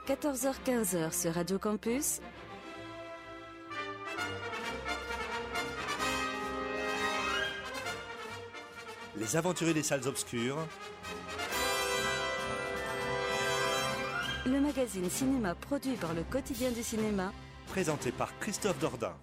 14h-15h sur Radio Campus. Les aventuriers des salles obscures. Le magazine cinéma produit par le Quotidien du cinéma. Présenté par Christophe Dordain.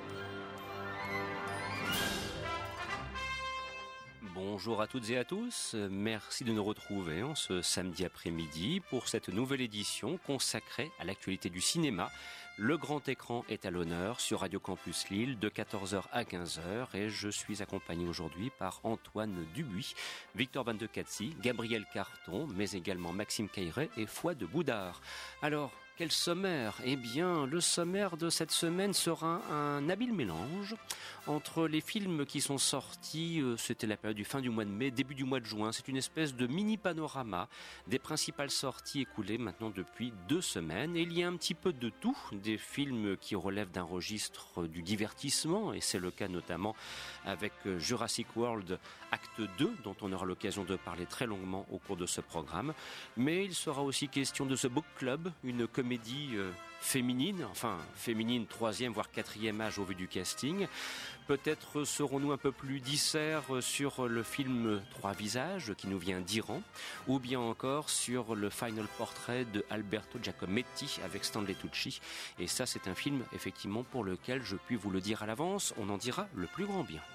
Bonjour à toutes et à tous, merci de nous retrouver en ce samedi après-midi pour cette nouvelle édition consacrée à l'actualité du cinéma. Le grand écran est à l'honneur sur Radio Campus Lille de 14h à 15h et je suis accompagné aujourd'hui par Antoine Dubuis, Victor Van de Katsi, Gabriel Carton, mais également Maxime Cailleret et Fouad de Boudard. Alors, quel sommaire ? Eh bien, le sommaire de cette semaine sera un habile mélange entre les films qui sont sortis, c'était la période du fin du mois de mai, début du mois de juin. C'est une espèce de mini-panorama des principales sorties écoulées maintenant depuis 2 semaines. Et il y a un petit peu de tout, des films qui relèvent d'un registre du divertissement, et c'est le cas notamment avec Jurassic World Acte 2, dont on aura l'occasion de parler très longuement au cours de ce programme. Mais il sera aussi question de The Book Club, une comédie féminine, enfin féminine 3e voire 4e âge au vu du casting. Peut-être serons-nous un peu plus disserts sur le film 3 visages qui nous vient d'Iran, ou bien encore sur le Final Portrait de Alberto Giacometti avec Stanley Tucci. Et ça, c'est un film effectivement pour lequel je puis vous le dire à l'avance, on en dira le plus grand bien.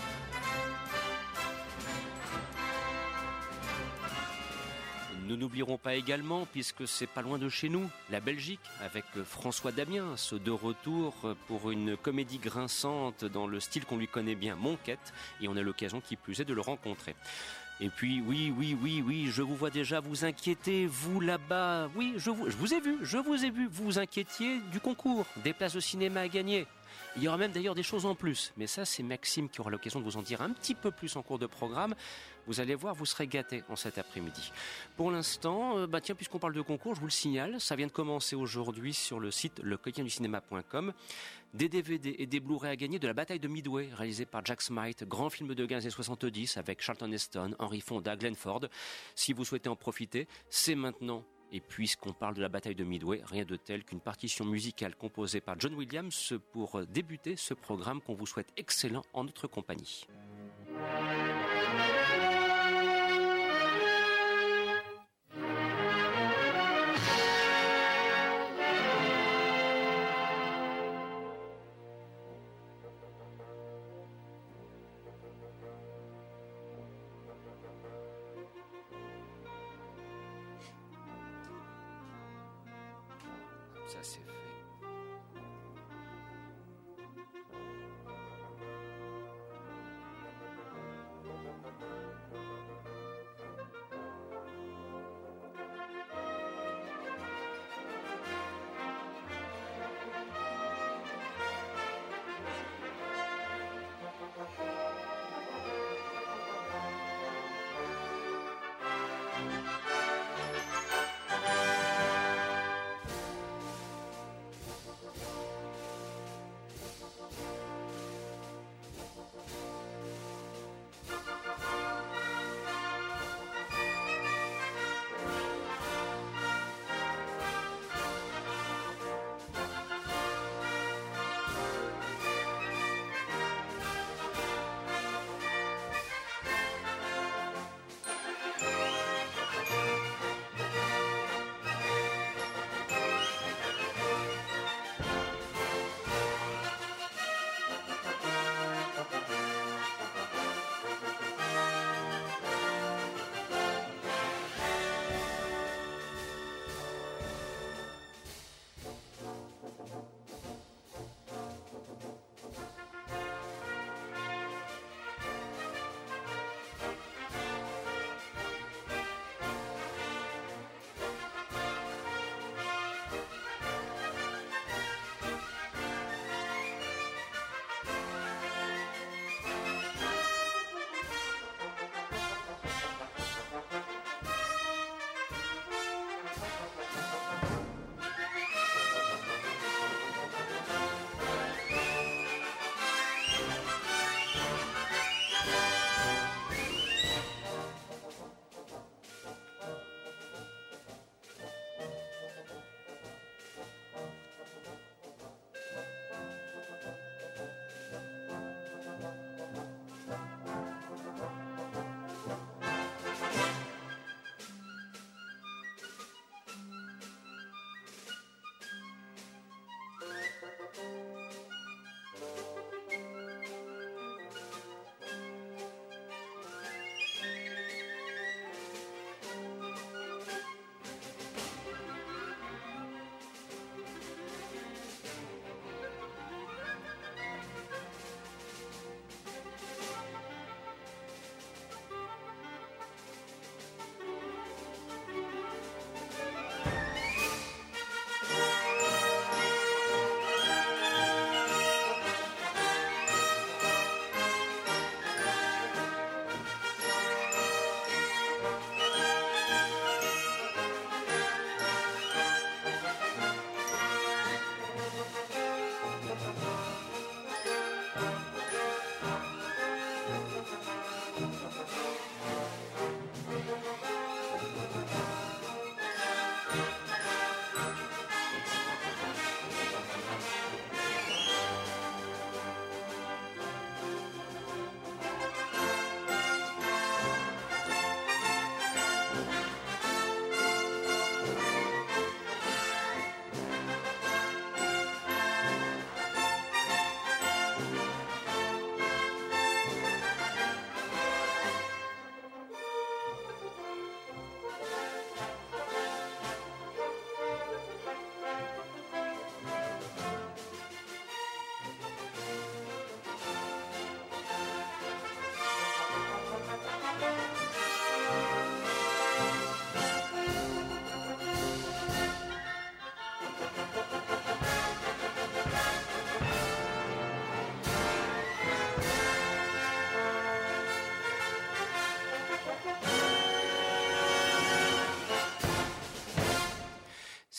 Nous n'oublierons pas également, puisque c'est pas loin de chez nous, la Belgique, avec François Damiens, de retour pour une comédie grinçante dans le style qu'on lui connaît bien, Monquette, et on a l'occasion qui plus est de le rencontrer. Et puis, oui, je vous vois déjà vous inquiéter, vous là-bas, oui, je vous ai vu, vous vous inquiétiez du concours, des places de cinéma à gagner. Il y aura même d'ailleurs des choses en plus, mais ça c'est Maxime qui aura l'occasion de vous en dire un petit peu plus en cours de programme. Vous allez voir, vous serez gâtés en cet après-midi. Pour l'instant, puisqu'on parle de concours, je vous le signale, ça vient de commencer aujourd'hui sur le site lequotidienducinéma.com. Des DVD et des Blu-ray à gagner de la bataille de Midway, réalisé par Jack Smythe, grand film de 15 et 70 avec Charlton Heston, Henry Fonda, Glenn Ford. Si vous souhaitez en profiter, c'est maintenant. Et puisqu'on parle de la bataille de Midway, rien de tel qu'une partition musicale composée par John Williams pour débuter ce programme qu'on vous souhaite excellent en notre compagnie. Ça c'est fait.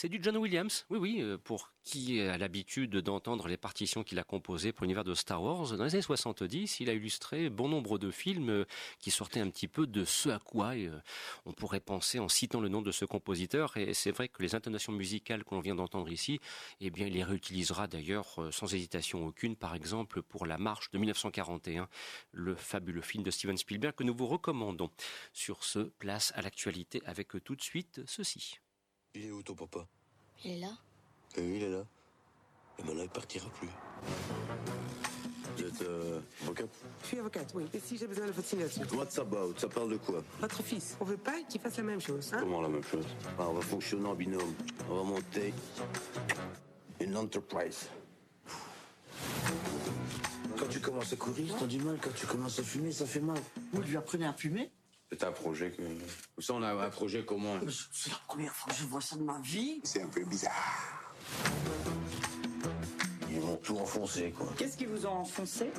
C'est du John Williams, oui, pour qui a l'habitude d'entendre les partitions qu'il a composées pour l'univers de Star Wars. Dans les années 70, il a illustré bon nombre de films qui sortaient un petit peu de ce à quoi on pourrait penser en citant le nom de ce compositeur. Et c'est vrai que les intonations musicales que l'on vient d'entendre ici, eh bien, il les réutilisera d'ailleurs sans hésitation aucune, par exemple pour La Marche de 1941, le fabuleux film de Steven Spielberg que nous vous recommandons. Sur ce, place à l'actualité avec tout de suite ceci. Il est où ton papa? Il est là. Oui, il est là. Et maintenant, il partira plus. Vous êtes avocate? Je suis avocate, oui. Et si j'ai besoin de votre signature? What's about? Ça parle de quoi? Votre fils. On veut pas qu'il fasse la même chose, hein? Comment la même chose? On va fonctionner en binôme. On va monter une enterprise. Quand tu commences à courir, t'as du mal. Quand tu commences à fumer, ça fait mal. Vous lui apprenez à fumer? C'est un projet que... Ça, on a un projet commun. C'est la première fois que je vois ça de ma vie. C'est un peu bizarre. Ils m'ont tout enfoncé, quoi. Qu'est-ce qu'ils vous ont enfoncé?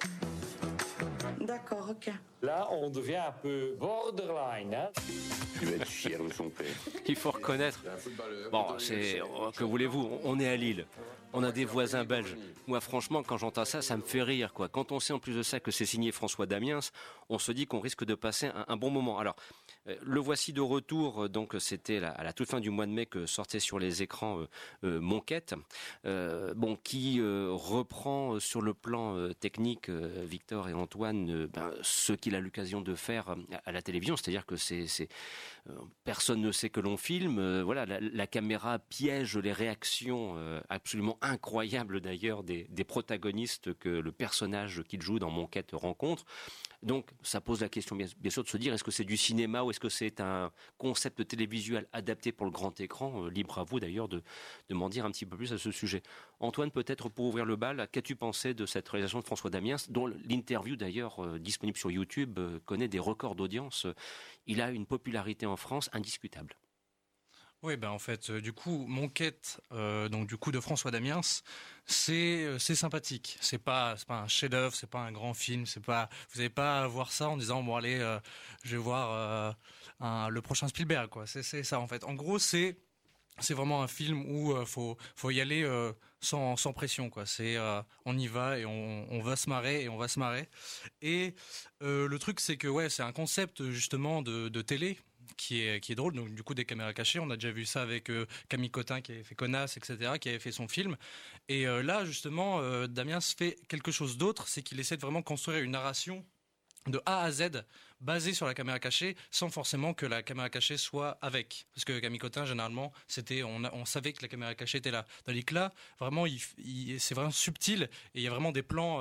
D'accord, ok. Là, on devient un peu borderline, hein. Il va être fier de son père. Il faut reconnaître. Bon, que voulez-vous, on est à Lille. On a des voisins belges. Moi, franchement, quand j'entends ça, ça me fait rire, quoi. Quand on sait en plus de ça que c'est signé François Damiens, on se dit qu'on risque de passer un bon moment. Alors, le voici de retour. Donc, c'était à la toute fin du mois de mai que sortait sur les écrans Monquête, qui reprend sur le plan technique, Victor et Antoine, ce qu'il a l'occasion de faire à la télévision. C'est-à-dire que personne ne sait que l'on filme. La caméra piège les réactions absolument incroyables d'ailleurs des protagonistes que le personnage qu'il joue dans Monquête rencontre. Donc ça pose la question bien sûr de se dire, est-ce que c'est du cinéma ou est-ce que c'est un concept télévisuel adapté pour le grand écran? Libre à vous d'ailleurs de m'en dire un petit peu plus à ce sujet. Antoine, peut-être pour ouvrir le bal, qu'as-tu pensé de cette réalisation de François Damiens, dont l'interview d'ailleurs disponible sur YouTube connaît des records d'audience? Il a une popularité en France indiscutable. Oui, en fait, du coup, Monquête, de François Damiens, c'est sympathique. C'est pas un chef-d'œuvre, c'est pas un grand film, vous n'allez pas voir ça en disant bon allez, je vais voir le prochain Spielberg, quoi. C'est ça en fait. En gros, c'est vraiment un film où faut y aller sans pression, quoi. On y va et on va se marrer et on va se marrer. Et le truc, c'est que c'est un concept justement de télé qui est drôle. Donc du coup, des caméras cachées, on a déjà vu ça avec Camille Cotin qui avait fait Connasse, etc., qui avait fait son film. Et là justement, Damiens fait quelque chose d'autre, c'est qu'il essaie de vraiment construire une narration de A à Z basée sur la caméra cachée sans forcément que la caméra cachée soit avec, parce que Camille Cotin généralement on savait que la caméra cachée était là. Tandis que là vraiment c'est vraiment subtil et il y a vraiment des plans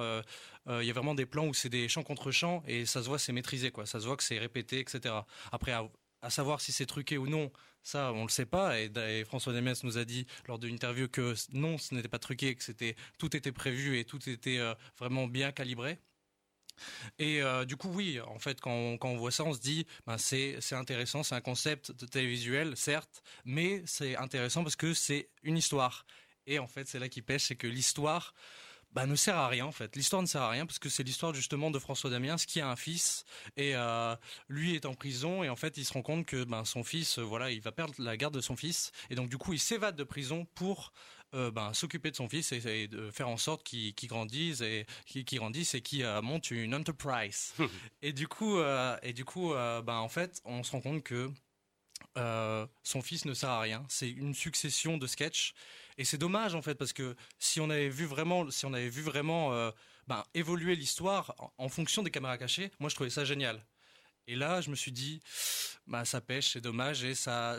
où c'est des champs contre champs et ça se voit, c'est maîtrisé, quoi. Ça se voit que c'est répété, etc. Après à savoir si c'est truqué ou non, ça on le sait pas, et François Damiens nous a dit lors d'une interview que non, ce n'était pas truqué, que tout était prévu et tout était vraiment bien calibré. Et du coup, oui, en fait, quand on voit ça, on se dit, c'est intéressant, c'est un concept de télévisuel, certes, mais c'est intéressant parce que c'est une histoire. Et en fait, c'est là qui pêche, c'est que l'histoire ne sert à rien, en fait. L'histoire ne sert à rien parce que c'est l'histoire justement de François Damiens qui a un fils et lui est en prison et en fait, il se rend compte que son fils, il va perdre la garde de son fils et donc du coup, il s'évade de prison pour s'occuper de son fils et de faire en sorte qu'il grandisse et qu'il monte une enterprise. Et du coup, en fait, on se rend compte que son fils ne sert à rien. C'est une succession de sketchs et c'est dommage en fait parce que si on avait vu vraiment évoluer l'histoire en fonction des caméras cachées, moi je trouvais ça génial. Et là, je me suis dit, ça pêche, c'est dommage et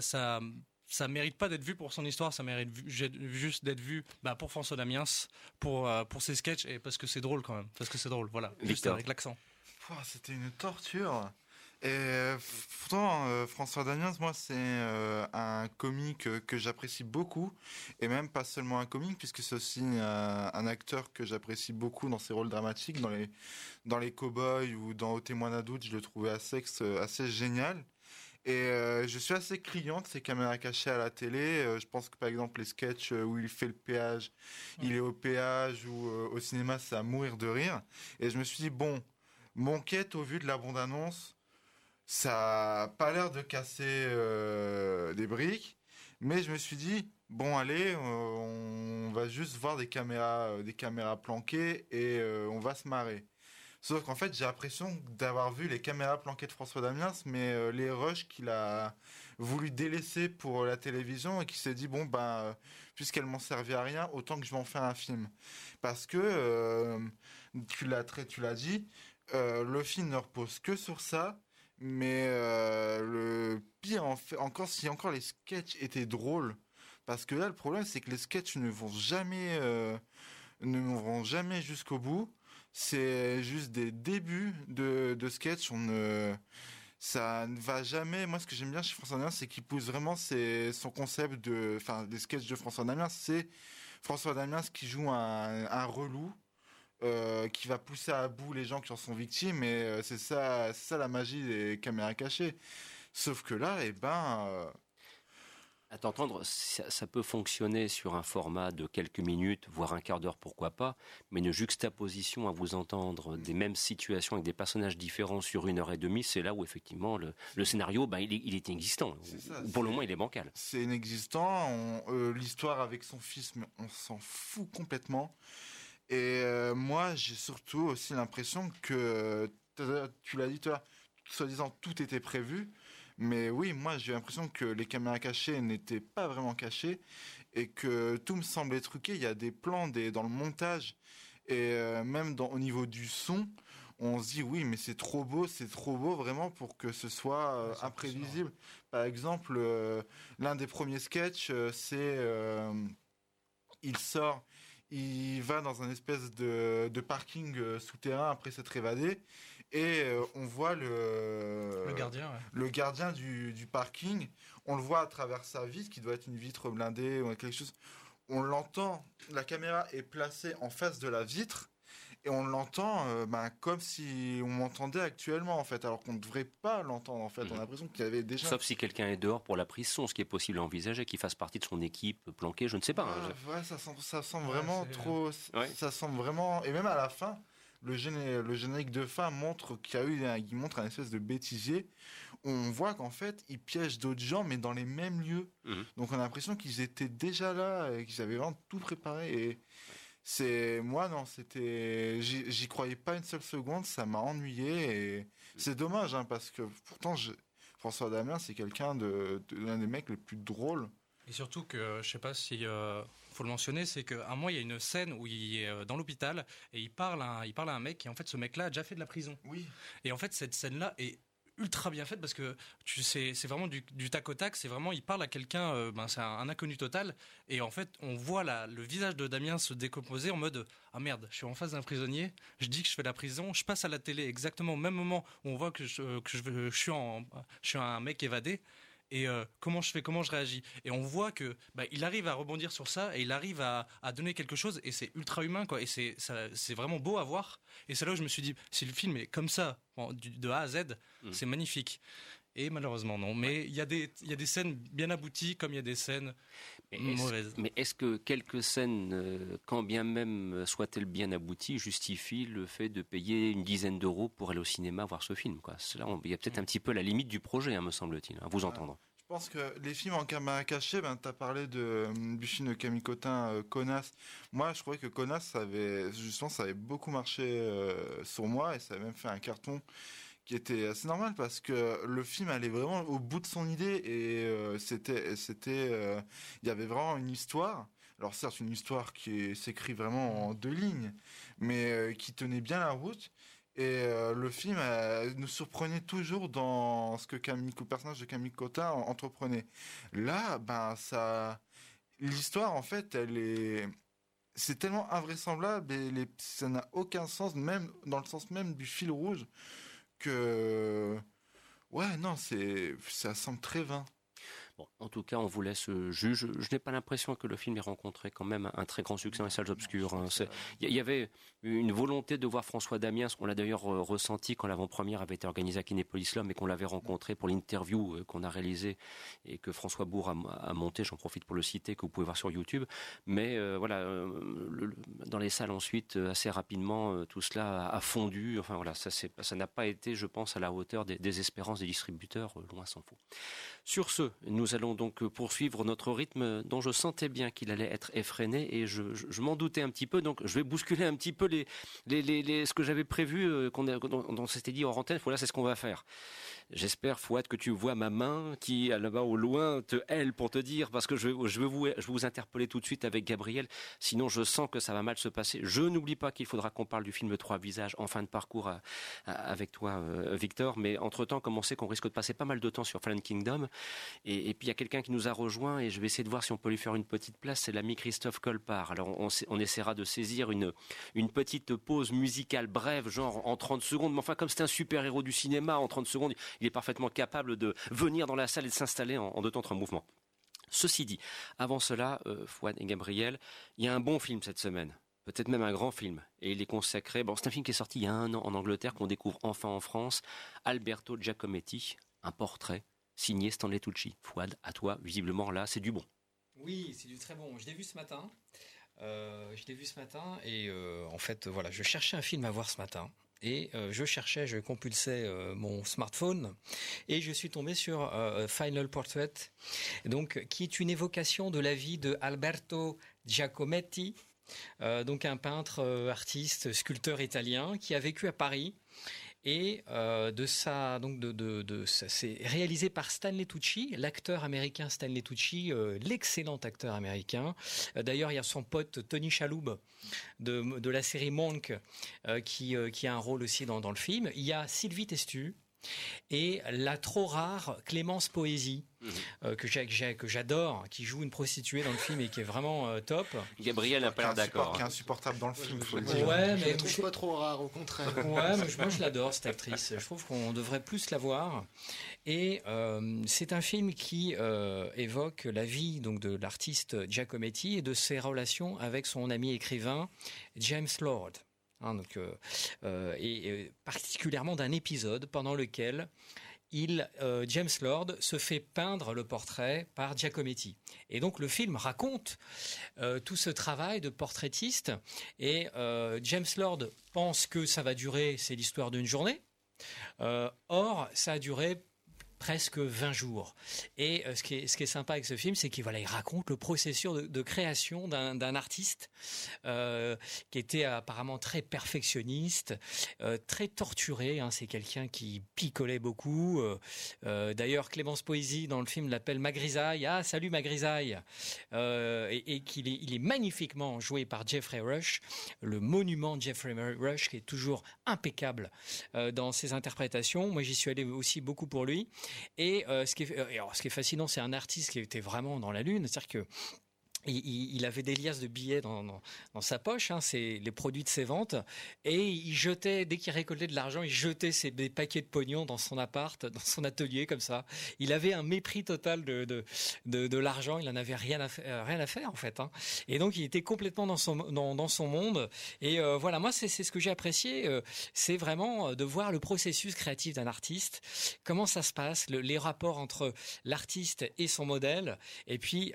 ça mérite pas d'être vu pour son histoire, ça mérite juste d'être vu pour François Damiens, pour ses sketchs et parce que c'est drôle quand même, voilà, juste avec l'accent. C'était une torture. Et pourtant, François Damiens, moi, c'est un comique que j'apprécie beaucoup, et même pas seulement un comique, puisque c'est aussi un acteur que j'apprécie beaucoup dans ses rôles dramatiques, dans les Cowboys ou dans Au témoin d'un doute, je le trouvais assez génial. Et je suis assez client de ces caméras cachées à la télé. Je pense que par exemple les sketchs où il fait le péage, il est au péage, ou au cinéma, c'est à mourir de rire. Et je me suis dit, Monquête, au vu de la bande-annonce, ça a pas l'air de casser des briques, mais je me suis dit, bon allez, on va juste voir des caméras planquées et on va se marrer. Sauf qu'en fait, j'ai l'impression d'avoir vu les caméras planquées de François Damiens, mais les rushs qu'il a voulu délaisser pour la télévision et qui s'est dit, bon, puisqu'elles m'ont servi à rien, autant que je vais en faire un film. Parce que, tu l'as dit, le film ne repose que sur ça, mais le pire, encore si encore les sketchs étaient drôles, parce que là, le problème, c'est que les sketchs ne vont jamais jusqu'au bout. C'est juste des débuts de sketch. Ça ne va jamais. Moi, ce que j'aime bien chez François Damiens, c'est qu'il pousse vraiment son concept des sketchs de François Damiens. C'est François Damiens qui joue un relou, qui va pousser à bout les gens qui en sont victimes. Et c'est ça la magie des caméras cachées. Sauf que là, à t'entendre, ça peut fonctionner sur un format de quelques minutes, voire un quart d'heure, pourquoi pas, mais une juxtaposition à vous entendre des mêmes situations avec des personnages différents sur 1h30, c'est là où effectivement le scénario, il est inexistant. Pour le moins, il est bancal. C'est inexistant. L'histoire avec son fils, on s'en fout complètement. Et moi, j'ai surtout aussi l'impression que, tu l'as dit tout à l'heure, soi-disant tout était prévu. Mais oui, moi j'ai l'impression que les caméras cachées n'étaient pas vraiment cachées et que tout me semblait truqué. Il y a des plans dans le montage et même au niveau du son, on se dit oui, mais c'est trop beau vraiment pour que ce soit imprévisible. Par exemple, l'un des premiers sketchs, c'est il va dans un espèce de parking souterrain après s'être évadé. Et on voit le gardien du parking. On le voit à travers sa vitre, qui doit être une vitre blindée ou quelque chose. On l'entend, la caméra est placée en face de la vitre et on l'entend comme si on m'entendait actuellement en fait, alors qu'on ne devrait pas l'entendre en fait. On a l'impression qu'il y avait déjà... Sauf si quelqu'un est dehors pour la prise son, ce qui est possible à envisager, qu'il fasse partie de son équipe planquée, je ne sais pas. Ouais, ça semble vraiment trop... Ouais. Ça semble vraiment... Et même à la fin... Le générique de fin montre il montre un espèce de bêtisier. On voit qu'en fait, ils piègent d'autres gens, mais dans les mêmes lieux. Donc on a l'impression qu'ils étaient déjà là et qu'ils avaient vraiment tout préparé. Et j'y croyais pas une seule seconde. Ça m'a ennuyé et c'est dommage parce que pourtant François Damiens, c'est quelqu'un l'un des mecs les plus drôles. Et surtout que, je sais pas si faut le mentionner, c'est qu'à un moment il y a une scène où il est dans l'hôpital et il parle à un mec et en fait ce mec-là a déjà fait de la prison. Oui. Et en fait cette scène-là est ultra bien faite parce que c'est vraiment du tac au tac. C'est vraiment il parle à quelqu'un, c'est un inconnu total et en fait on voit le visage de Damien se décomposer en mode ah merde, je suis en face d'un prisonnier, je dis que je fais de la prison, je passe à la télé exactement au même moment où on voit que je suis un mec évadé. Et comment je réagis, et on voit que il arrive à rebondir sur ça et il arrive à donner quelque chose et c'est ultra humain quoi, et c'est vraiment beau à voir. Et c'est là où je me suis dit si le film est comme ça de A à Z, c'est magnifique. Et malheureusement non, mais il y a des scènes bien abouties comme il y a des scènes mauvaises. Mais est-ce que quelques scènes, quand bien même soient-elles bien abouties, justifient le fait de payer une dizaine d'euros pour aller au cinéma voir ce film quoi? Là, il y a peut-être un petit peu la limite du projet, me semble-t-il, à vous entendre. Je pense que les films en caméra cachée, tu as parlé du film de Camille Cotin, Connasse. Moi, je trouvais que Connasse, ça avait beaucoup marché sur moi et ça avait même fait un carton qui était assez normal parce que le film allait vraiment au bout de son idée et il y avait vraiment une histoire. Alors certes, une histoire qui s'écrit vraiment en 2 lignes, mais qui tenait bien la route. Et le film nous surprenait toujours dans ce que le personnage de Camille Cotin entreprenait. Là, l'histoire en fait, c'est tellement invraisemblable et ça n'a aucun sens, même dans le sens même du fil rouge. Que ça semble très vain. Bon, en tout cas, on vous laisse juge. Je n'ai pas l'impression que le film ait rencontré quand même un très grand succès dans les salles obscures. Il y avait une volonté de voir François Damiens. On l'a d'ailleurs ressenti quand l'avant-première avait été organisée à Kinépolis Lom et qu'on l'avait rencontré pour l'interview qu'on a réalisée et que François Bourg a monté. J'en profite pour le citer, que vous pouvez voir sur YouTube. Mais dans les salles ensuite, assez rapidement, tout cela a fondu. Enfin voilà, ça n'a pas été, je pense, à la hauteur des espérances des distributeurs, loin s'en faut. Sur ce, nous nous allons donc poursuivre notre rythme dont je sentais bien qu'il allait être effréné et je m'en doutais un petit peu. Donc je vais bousculer un petit peu ce que j'avais prévu, dont on s'était dit hors antenne. Voilà, c'est ce qu'on va faire. J'espère, Fouad, que tu vois ma main qui, là-bas au loin, te hèle pour te dire, parce que je vais vous interpeller tout de suite avec Gabriel, sinon je sens que ça va mal se passer. Je n'oublie pas qu'il faudra qu'on parle du film 3 visages en fin de parcours avec toi, Victor, mais entre-temps, comme on sait qu'on risque de passer pas mal de temps sur Fallen Kingdom, et puis il y a quelqu'un qui nous a rejoint, et je vais essayer de voir si on peut lui faire une petite place, c'est l'ami Christophe Colpart. Alors on essaiera de saisir une petite pause musicale brève, genre en 30 secondes, mais enfin comme c'est un super-héros du cinéma, en 30 secondes, il est parfaitement capable de venir dans la salle et de s'installer en 2 temps 3 mouvements. Ceci dit, avant cela, Fouad et Gabriel, il y a un bon film cette semaine, peut-être même un grand film, et il est consacré, c'est un film qui est sorti il y a 1 an en Angleterre, qu'on découvre enfin en France, Alberto Giacometti, un portrait signé Stanley Tucci. Fouad, à toi, visiblement là, c'est du bon. Oui, c'est du très bon. Je l'ai vu ce matin. Et en fait, voilà, je cherchais un film à voir ce matin. Et je compulsais mon smartphone et je suis tombé sur Final Portrait, donc qui est une évocation de la vie de Alberto Giacometti, donc un peintre, artiste, sculpteur italien qui a vécu à Paris. Et c'est réalisé par Stanley Tucci, l'acteur américain Stanley Tucci, l'excellent acteur américain. D'ailleurs, il y a son pote Tony Shalhoub de la série Monk qui a un rôle aussi dans le film. Il y a Sylvie Testu et la trop rare Clémence Poésy, que j'adore, qui joue une prostituée dans le film et qui est vraiment top. Gabriel n'a pas l'air d'accord. Qui est insupportable dans le film, faut le dire. Ouais, mais je ne trouve pas trop rare, au contraire. Ouais, mais moi je l'adore, cette actrice. Je trouve qu'on devrait plus la voir. Et c'est un film qui évoque la vie donc de l'artiste Giacometti et de ses relations avec son ami écrivain James Lord. Et particulièrement d'un épisode pendant lequel James Lord se fait peindre le portrait par Giacometti. Et donc le film raconte tout ce travail de portraitiste. Et James Lord pense que ça va durer, c'est l'histoire d'une journée. Or, ça a duré presque 20 jours. Et ce qui est sympa avec ce film, c'est qu'il raconte le processus de création d'un artiste qui était apparemment très perfectionniste, très torturé. C'est quelqu'un qui picolait beaucoup. D'ailleurs, Clémence Poésy, dans le film, l'appelle Ma Grisaille. Ah, salut Ma Grisaille. Et il est magnifiquement joué par Jeffrey Rush, le monument Jeffrey Rush, qui est toujours impeccable dans ses interprétations. Moi, j'y suis allé aussi beaucoup pour lui. Et ce qui est fascinant, c'est un artiste qui était vraiment dans la lune, c'est-à-dire que il avait des liasses de billets dans sa poche, c'est les produits de ses ventes, et il jetait, dès qu'il récoltait de l'argent, il jetait des paquets de pognon dans son appart, dans son atelier, comme ça. Il avait un mépris total de l'argent, il n'en avait rien à faire en fait. Et donc il était complètement dans son monde. Et voilà, moi c'est ce que j'ai apprécié, c'est vraiment de voir le processus créatif d'un artiste, comment ça se passe, les rapports entre l'artiste et son modèle, et puis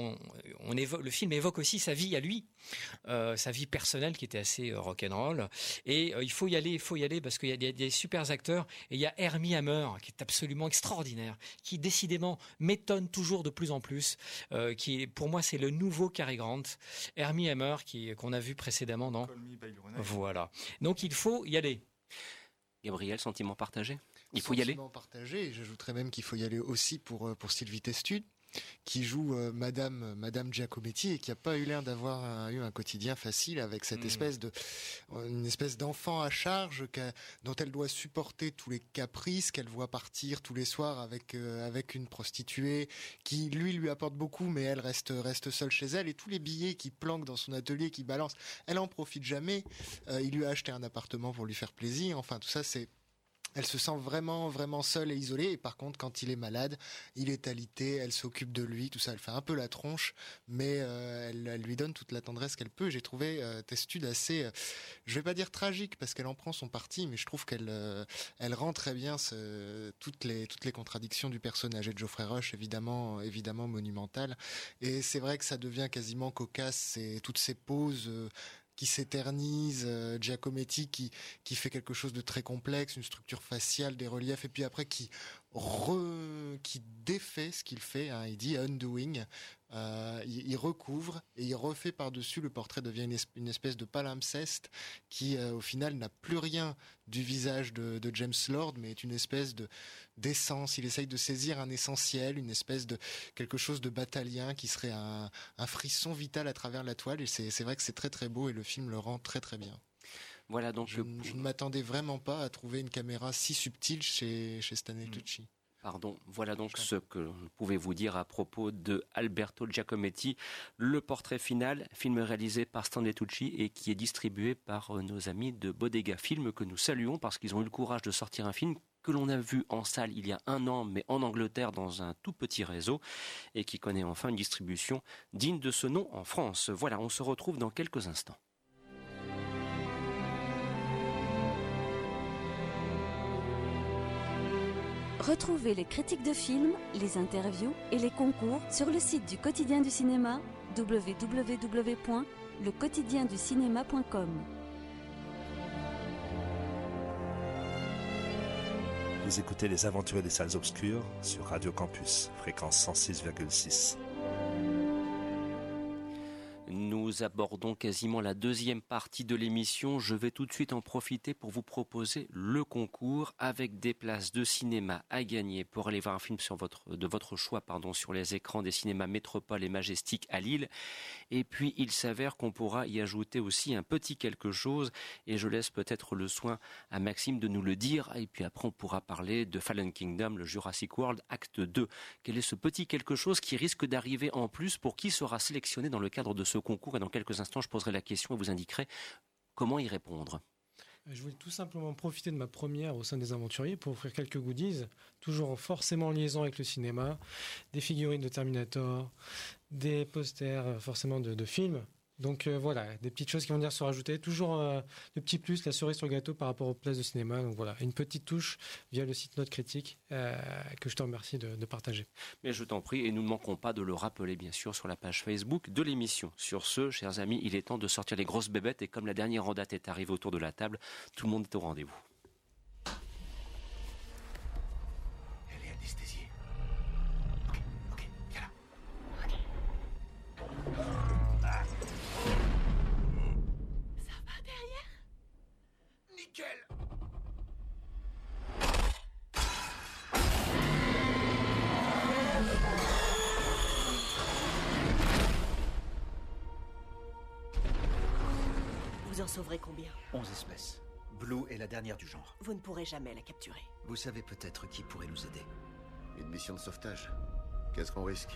le film évoque aussi sa vie à lui, sa vie personnelle qui était assez rock'n'roll. Et il faut y aller parce qu'il y a des super acteurs. Et il y a Hermie Hammer qui est absolument extraordinaire, qui décidément m'étonne toujours de plus en plus. Pour moi, c'est le nouveau Cary Grant. Hermie Hammer qu'on a vu précédemment dans. Voilà. Donc il faut y aller. Gabriel, sentiment partagé. Il faut y aller. Sentiment partagé. Et j'ajouterais même qu'il faut y aller aussi pour Sylvie Testu, qui joue Madame Giacometti et qui n'a pas eu l'air d'avoir eu un quotidien facile avec cette espèce d'enfant à charge dont elle doit supporter tous les caprices qu'elle voit partir tous les soirs avec une prostituée qui lui apporte beaucoup, mais elle reste seule chez elle, et tous les billets qui planquent dans son atelier, qui balance, elle en profite jamais. Il lui a acheté un appartement pour lui faire plaisir. Enfin, tout ça, elle se sent vraiment, vraiment seule et isolée. Et par contre, quand il est malade, il est alité, elle s'occupe de lui, tout ça. Elle fait un peu la tronche, mais elle lui donne toute la tendresse qu'elle peut. J'ai trouvé Testude assez, je vais pas dire tragique, parce qu'elle en prend son parti, mais je trouve qu'elle rend très bien toutes les contradictions du personnage. Et de Geoffrey Rush, évidemment monumental. Et c'est vrai que ça devient quasiment cocasse, toutes ces pauses qui s'éternise, Giacometti qui fait quelque chose de très complexe, une structure faciale, des reliefs, et puis après qui qui défait ce qu'il fait, hein, il dit undoing, il recouvre et il refait par-dessus, le portrait devient une espèce de palimpseste qui au final n'a plus rien du visage de James Lord, mais est une espèce d'essence. Il essaye de saisir un essentiel, une espèce de quelque chose de batalien qui serait un frisson vital à travers la toile, et c'est vrai que c'est très très beau et le film le rend très très bien. Voilà, donc je ne m'attendais vraiment pas à trouver une caméra si subtile chez Stanley Tucci. Pardon, voilà donc ce que l'on pouvait vous dire à propos de Alberto Giacometti, Le Portrait Final, film réalisé par Stanley Tucci et qui est distribué par nos amis de Bodega Film, que nous saluons parce qu'ils ont eu le courage de sortir un film que l'on a vu en salle il y a 1 an, mais en Angleterre dans un tout petit réseau, et qui connaît enfin une distribution digne de ce nom en France. Voilà, on se retrouve dans quelques instants. Retrouvez les critiques de films, les interviews et les concours sur le site du Quotidien du Cinéma, www.lequotidienducinéma.com. Vous écoutez Les Aventuriers des Salles Obscures sur Radio Campus, fréquence 106,6. Nous abordons quasiment la deuxième partie de l'émission. Je vais tout de suite en profiter pour vous proposer le concours avec des places de cinéma à gagner pour aller voir un film de votre choix sur les écrans des cinémas Métropole et Majestic à Lille. Et puis il s'avère qu'on pourra y ajouter aussi un petit quelque chose, et je laisse peut-être le soin à Maxime de nous le dire, et puis après on pourra parler de Fallen Kingdom, le Jurassic World Acte 2. Quel est ce petit quelque chose qui risque d'arriver en plus, pour qui sera sélectionné dans le cadre de ce concours? Et dans quelques instants, je poserai la question et vous indiquerai comment y répondre. Je voulais tout simplement profiter de ma première au sein des Aventuriers pour offrir quelques goodies, toujours forcément en liaison avec le cinéma, des figurines de Terminator, des posters forcément de films. Donc voilà, des petites choses qui vont venir se rajouter. Toujours le petit plus, la cerise sur le gâteau par rapport aux places de cinéma. Donc voilà, une petite touche via le site Note Critique que je te remercie de partager. Mais je t'en prie, et nous ne manquons pas de le rappeler bien sûr sur la page Facebook de l'émission. Sur ce, chers amis, il est temps de sortir les grosses bébêtes, et comme la dernière en date est arrivée autour de la table, tout le monde est au rendez-vous. Elle est anesthésiée. Ok, viens là. Nickel. Vous en sauverez combien? 11 espèces. Blue est la dernière du genre. Vous ne pourrez jamais la capturer. Vous savez peut-être qui pourrait nous aider. Une mission de sauvetage. Qu'est-ce qu'on risque?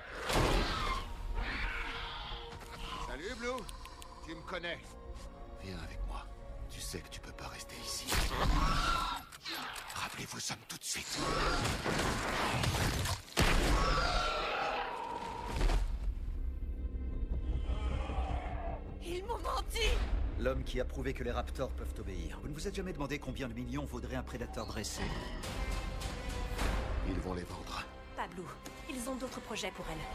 Salut Blue. Tu me connais. Viens avec moi. Tu sais que tu peux pas rester ici. Rappelez-vous ça tout de suite. Ils m'ont menti! L'homme qui a prouvé que les raptors peuvent obéir. Vous ne vous êtes jamais demandé combien de millions vaudrait un prédateur dressé? Ils vont les vendre. Pas Blue. Ils ont d'autres projets pour elle.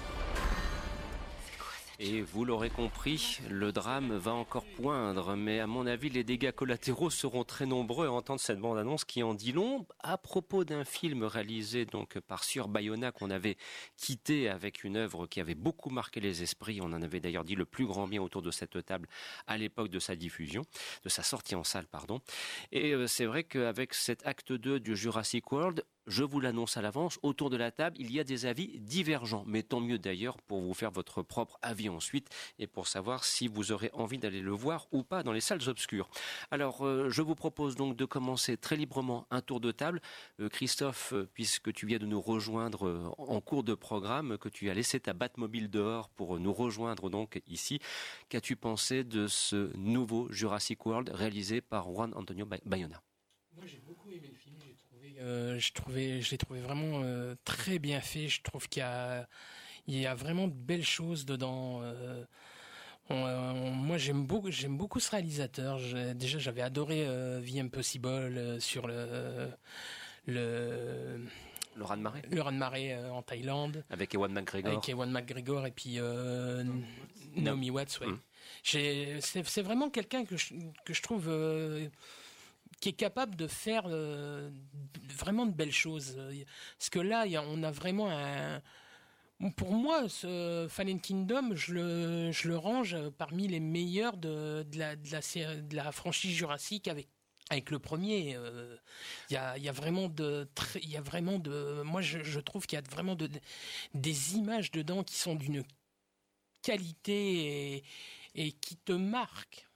Et vous l'aurez compris, le drame va encore poindre, mais à mon avis, les dégâts collatéraux seront très nombreux à entendre cette bande-annonce qui en dit long à propos d'un film réalisé donc par Sir Bayona, qu'on avait quitté avec une œuvre qui avait beaucoup marqué les esprits. On en avait d'ailleurs dit le plus grand bien autour de cette table à l'époque de sa diffusion, de sa sortie en salle, pardon. Et c'est vrai qu'avec cet acte 2 du Jurassic World, je vous l'annonce à l'avance, autour de la table, il y a des avis divergents. Mais tant mieux d'ailleurs pour vous faire votre propre avis ensuite et pour savoir si vous aurez envie d'aller le voir ou pas dans les salles obscures. Alors, je vous propose donc de commencer très librement un tour de table. Christophe, puisque tu viens de nous rejoindre en cours de programme, que tu as laissé ta Batmobile dehors pour nous rejoindre donc ici, qu'as-tu pensé de ce nouveau Jurassic World réalisé par Juan Antonio Bayona? Moi, j'ai beaucoup aimé le film. Je l'ai trouvé vraiment très bien fait. Je trouve qu'il y a vraiment de belles choses dedans. Moi, j'aime beaucoup ce réalisateur. Déjà, j'avais adoré The Impossible sur le raz-de-marée. Le raz-de-marée en Thaïlande. Avec Ewan McGregor. Et puis Naomi Watts. Ouais. C'est vraiment quelqu'un que je trouve qui est capable de faire vraiment de belles choses. Parce que là, on a vraiment pour moi, ce Fallen Kingdom, je le range parmi les meilleurs de la franchise Jurassic avec le premier. Il y a vraiment moi je trouve qu'il y a vraiment des images dedans qui sont d'une qualité et qui te marquent.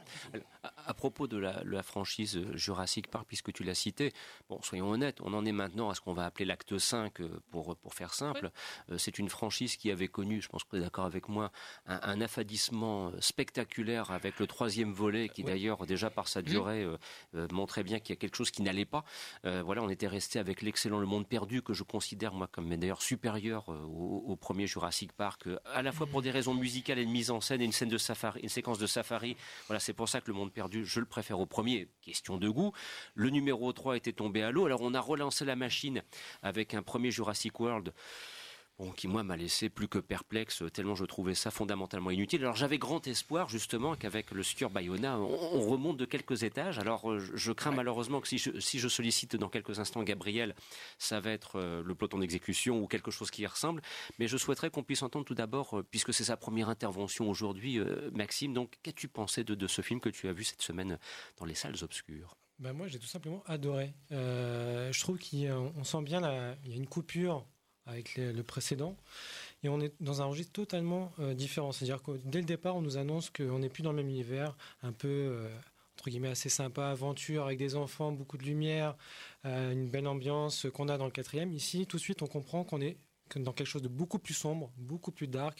À propos de la franchise Jurassic Park, puisque tu l'as cité, bon, soyons honnêtes, on en est maintenant à ce qu'on va appeler l'acte 5 pour faire simple. Oui. C'est une franchise qui avait connu, je pense que tu es d'accord avec moi, un affadissement spectaculaire avec le 3e volet qui d'ailleurs déjà par sa durée montrait bien qu'il y a quelque chose qui n'allait pas. Voilà, on était resté avec l'excellent Le Monde Perdu que je considère moi comme d'ailleurs supérieur au premier Jurassic Park, à la fois pour des raisons musicales et de mise en scène et une séquence de safari. Voilà, c'est pour ça que Le Monde Perdu, je le préfère au premier, question de goût. Le numéro 3 était tombé à l'eau, alors on a relancé la machine avec un premier Jurassic World, bon, qui moi m'a laissé plus que perplexe, tellement je trouvais ça fondamentalement inutile. Alors j'avais grand espoir justement qu'avec le Secure Bayona, on remonte de quelques étages. Alors je crains malheureusement que si je sollicite dans quelques instants Gabriel, ça va être le peloton d'exécution ou quelque chose qui y ressemble. Mais je souhaiterais qu'on puisse entendre tout d'abord, puisque c'est sa première intervention aujourd'hui, Maxime, donc qu'as-tu pensé de ce film que tu as vu cette semaine dans les salles obscures ? Ben moi j'ai tout simplement adoré. Je trouve qu'on sent bien il y a une coupure avec le précédent, et on est dans un registre totalement différent. C'est-à-dire que dès le départ, on nous annonce qu'on n'est plus dans le même univers, un peu, entre guillemets, assez sympa, aventure, avec des enfants, beaucoup de lumière, une belle ambiance qu'on a dans le 4e. Ici, tout de suite, on comprend qu'on est dans quelque chose de beaucoup plus sombre, beaucoup plus dark.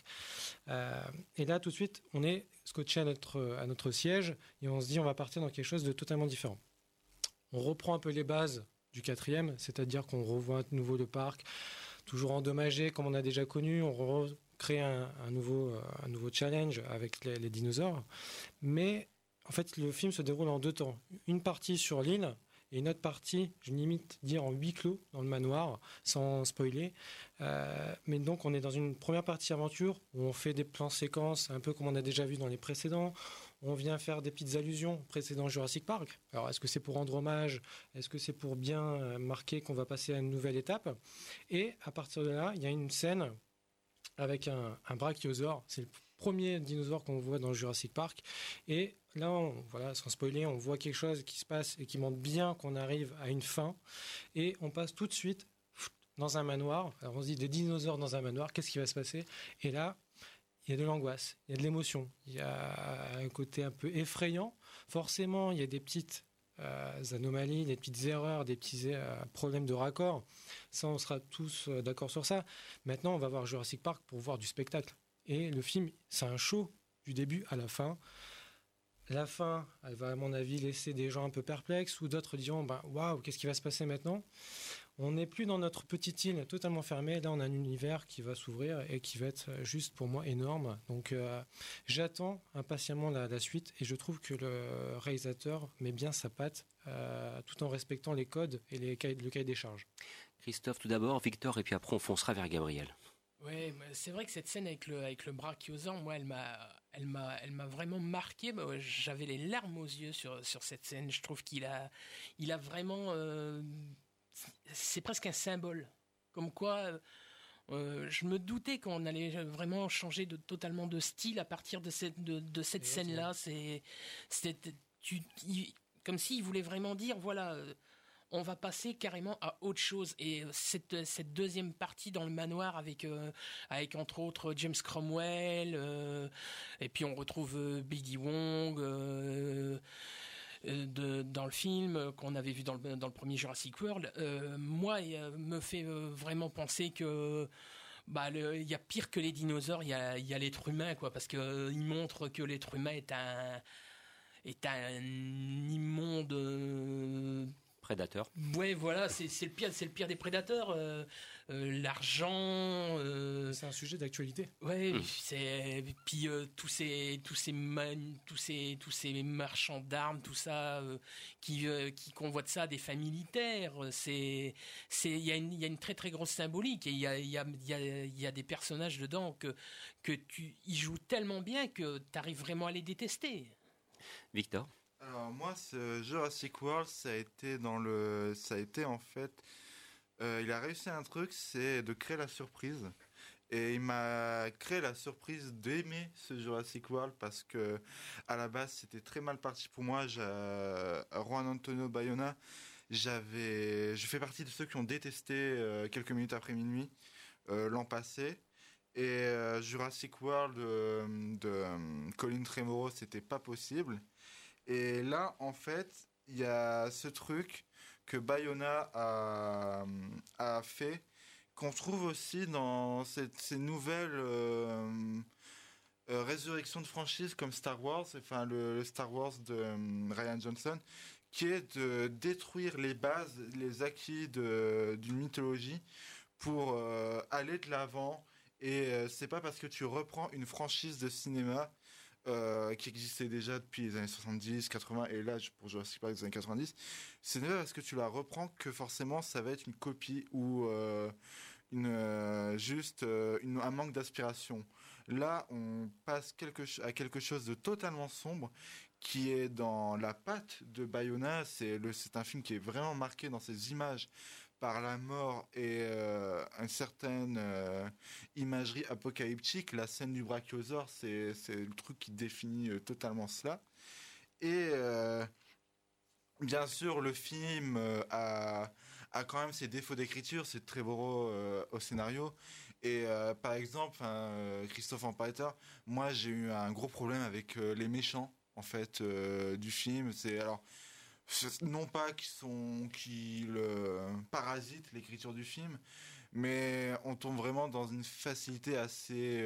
Et là, tout de suite, on est scotché à notre siège, et on se dit on va partir dans quelque chose de totalement différent. On reprend un peu les bases du 4e, c'est-à-dire qu'on revoit à nouveau le parc, toujours endommagé comme on a déjà connu, on recrée un nouveau challenge avec les dinosaures. Mais en fait, le film se déroule en 2 temps. Une partie sur l'île et une autre partie, je limite dire en huis clos, dans le manoir, sans spoiler. Mais donc, on est dans une première partie aventure où on fait des plans séquences, un peu comme on a déjà vu dans les précédents. On vient faire des petites allusions au précédent Jurassic Park. Alors, est-ce que c'est pour rendre hommage ? Est-ce que c'est pour bien marquer qu'on va passer à une nouvelle étape ? Et à partir de là, il y a une scène avec un brachiosaure. C'est le premier dinosaure qu'on voit dans Jurassic Park. Et là, voilà, sans spoiler, on voit quelque chose qui se passe et qui montre bien qu'on arrive à une fin. Et on passe tout de suite dans un manoir. Alors, on se dit des dinosaures dans un manoir, qu'est-ce qui va se passer ? Et là, il y a de l'angoisse, il y a de l'émotion, il y a un côté un peu effrayant. Forcément, il y a des petites anomalies, des petites erreurs, des petits problèmes de raccord. Ça, on sera tous d'accord sur ça. Maintenant, on va voir Jurassic Park pour voir du spectacle. Et le film, c'est un show du début à la fin. La fin, elle va, à mon avis, laisser des gens un peu perplexes ou d'autres diront waouh, qu'est-ce qui va se passer maintenant ? On n'est plus dans notre petite île totalement fermée. Là, on a un univers qui va s'ouvrir et qui va être juste pour moi énorme. Donc, j'attends impatiemment la suite et je trouve que le réalisateur met bien sa patte tout en respectant les codes et le cahier des charges. Christophe, tout d'abord, Victor, et puis après, on foncera vers Gabriel. Ouais, c'est vrai que cette scène avec le brachiosaure, moi, elle m'a vraiment marqué. J'avais les larmes aux yeux sur cette scène. Je trouve qu'il a vraiment. C'est presque un symbole. Comme quoi, je me doutais qu'on allait vraiment changer totalement de style à partir de cette scène-là. Comme s'il voulait vraiment dire, voilà, on va passer carrément à autre chose. Et cette deuxième partie dans le manoir avec entre autres James Cromwell, et puis on retrouve Billy Wong. Dans le film qu'on avait vu dans le premier Jurassic World, moi, me fait vraiment penser que il y a pire que les dinosaures, il y a l'être humain, quoi, parce que il montre que l'être humain est un immonde prédateur. Ouais, voilà, c'est le pire des prédateurs. L'argent. C'est un sujet d'actualité. Ouais, puis tous ces marchands d'armes, tout ça, qui convoitent ça à des fins militaires. Il y a une très très grosse symbolique et il y a des personnages dedans que ils jouent tellement bien que tu arrives vraiment à les détester. Victor. Alors moi, ce Jurassic World, ça a été en fait, il a réussi un truc, c'est de créer la surprise. Et il m'a créé la surprise d'aimer ce Jurassic World parce que à la base c'était très mal parti pour moi. Juan Antonio Bayona, je fais partie de ceux qui ont détesté quelques minutes après minuit l'an passé. Et Jurassic World de Colin Trevorrow, c'était pas possible. Et là, en fait, il y a ce truc que Bayona a fait, qu'on trouve aussi dans ces nouvelles résurrections de franchises comme Star Wars, enfin le Star Wars de Rian Johnson, qui est de détruire les bases, les acquis d'une mythologie pour aller de l'avant. Et c'est pas parce que tu reprends une franchise de cinéma qui existait déjà depuis les années 70, 80 et là pour Jurassic Park des années 90, c'est pas parce que tu la reprends que forcément ça va être une copie ou un manque d'aspiration. Là, on passe à quelque chose de totalement sombre qui est dans la patte de Bayona. C'est un film qui est vraiment marqué dans ses images par la mort et une certaine imagerie apocalyptique. La scène du brachiosaure, c'est le truc qui définit totalement cela. Et bien sûr, le film a quand même ses défauts d'écriture. C'est Trevorrow au scénario. Et par exemple, Christophe en parlait, moi j'ai eu un gros problème avec les méchants en fait du film. Non pas qui le parasitent l'écriture du film, mais on tombe vraiment dans une facilité assez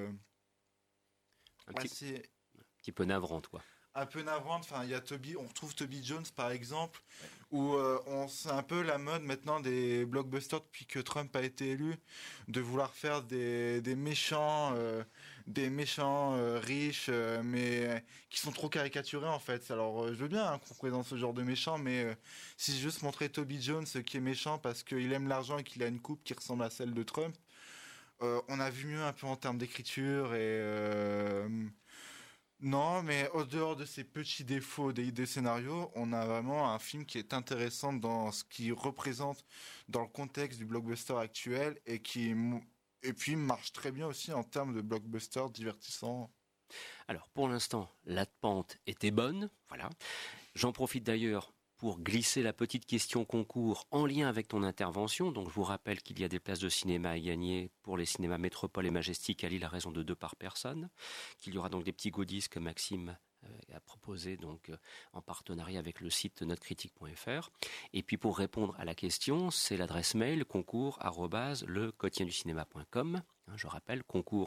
un petit peu navrante, quoi. Un peu navrante. Enfin, il y a on retrouve Toby Jones par exemple, où c'est un peu la mode maintenant des blockbusters depuis que Trump a été élu, de vouloir faire des méchants riches, mais qui sont trop caricaturés en fait. Alors je veux bien qu'on présente ce genre de méchants, mais si juste montrer Toby Jones qui est méchant parce qu'il aime l'argent et qu'il a une coupe qui ressemble à celle de Trump, on a vu mieux un peu en termes d'écriture et non, mais au dehors de ces petits défauts des scénarios, on a vraiment un film qui est intéressant dans ce qu'il représente dans le contexte du blockbuster actuel et puis marche très bien aussi en termes de blockbuster divertissant. Alors, pour l'instant, la pente était bonne, voilà. J'en profite d'ailleurs pour glisser la petite question concours en lien avec ton intervention. Donc, je vous rappelle qu'il y a des places de cinéma à gagner pour les cinémas Métropole et Majestic à Lille à raison de 2 par personne. Qu'il y aura donc des petits goodies que Maxime a proposé donc en partenariat avec le site notrecritique.fr. Et puis pour répondre à la question, c'est l'adresse mail concours@lequotidienducinéma.com. Je rappelle,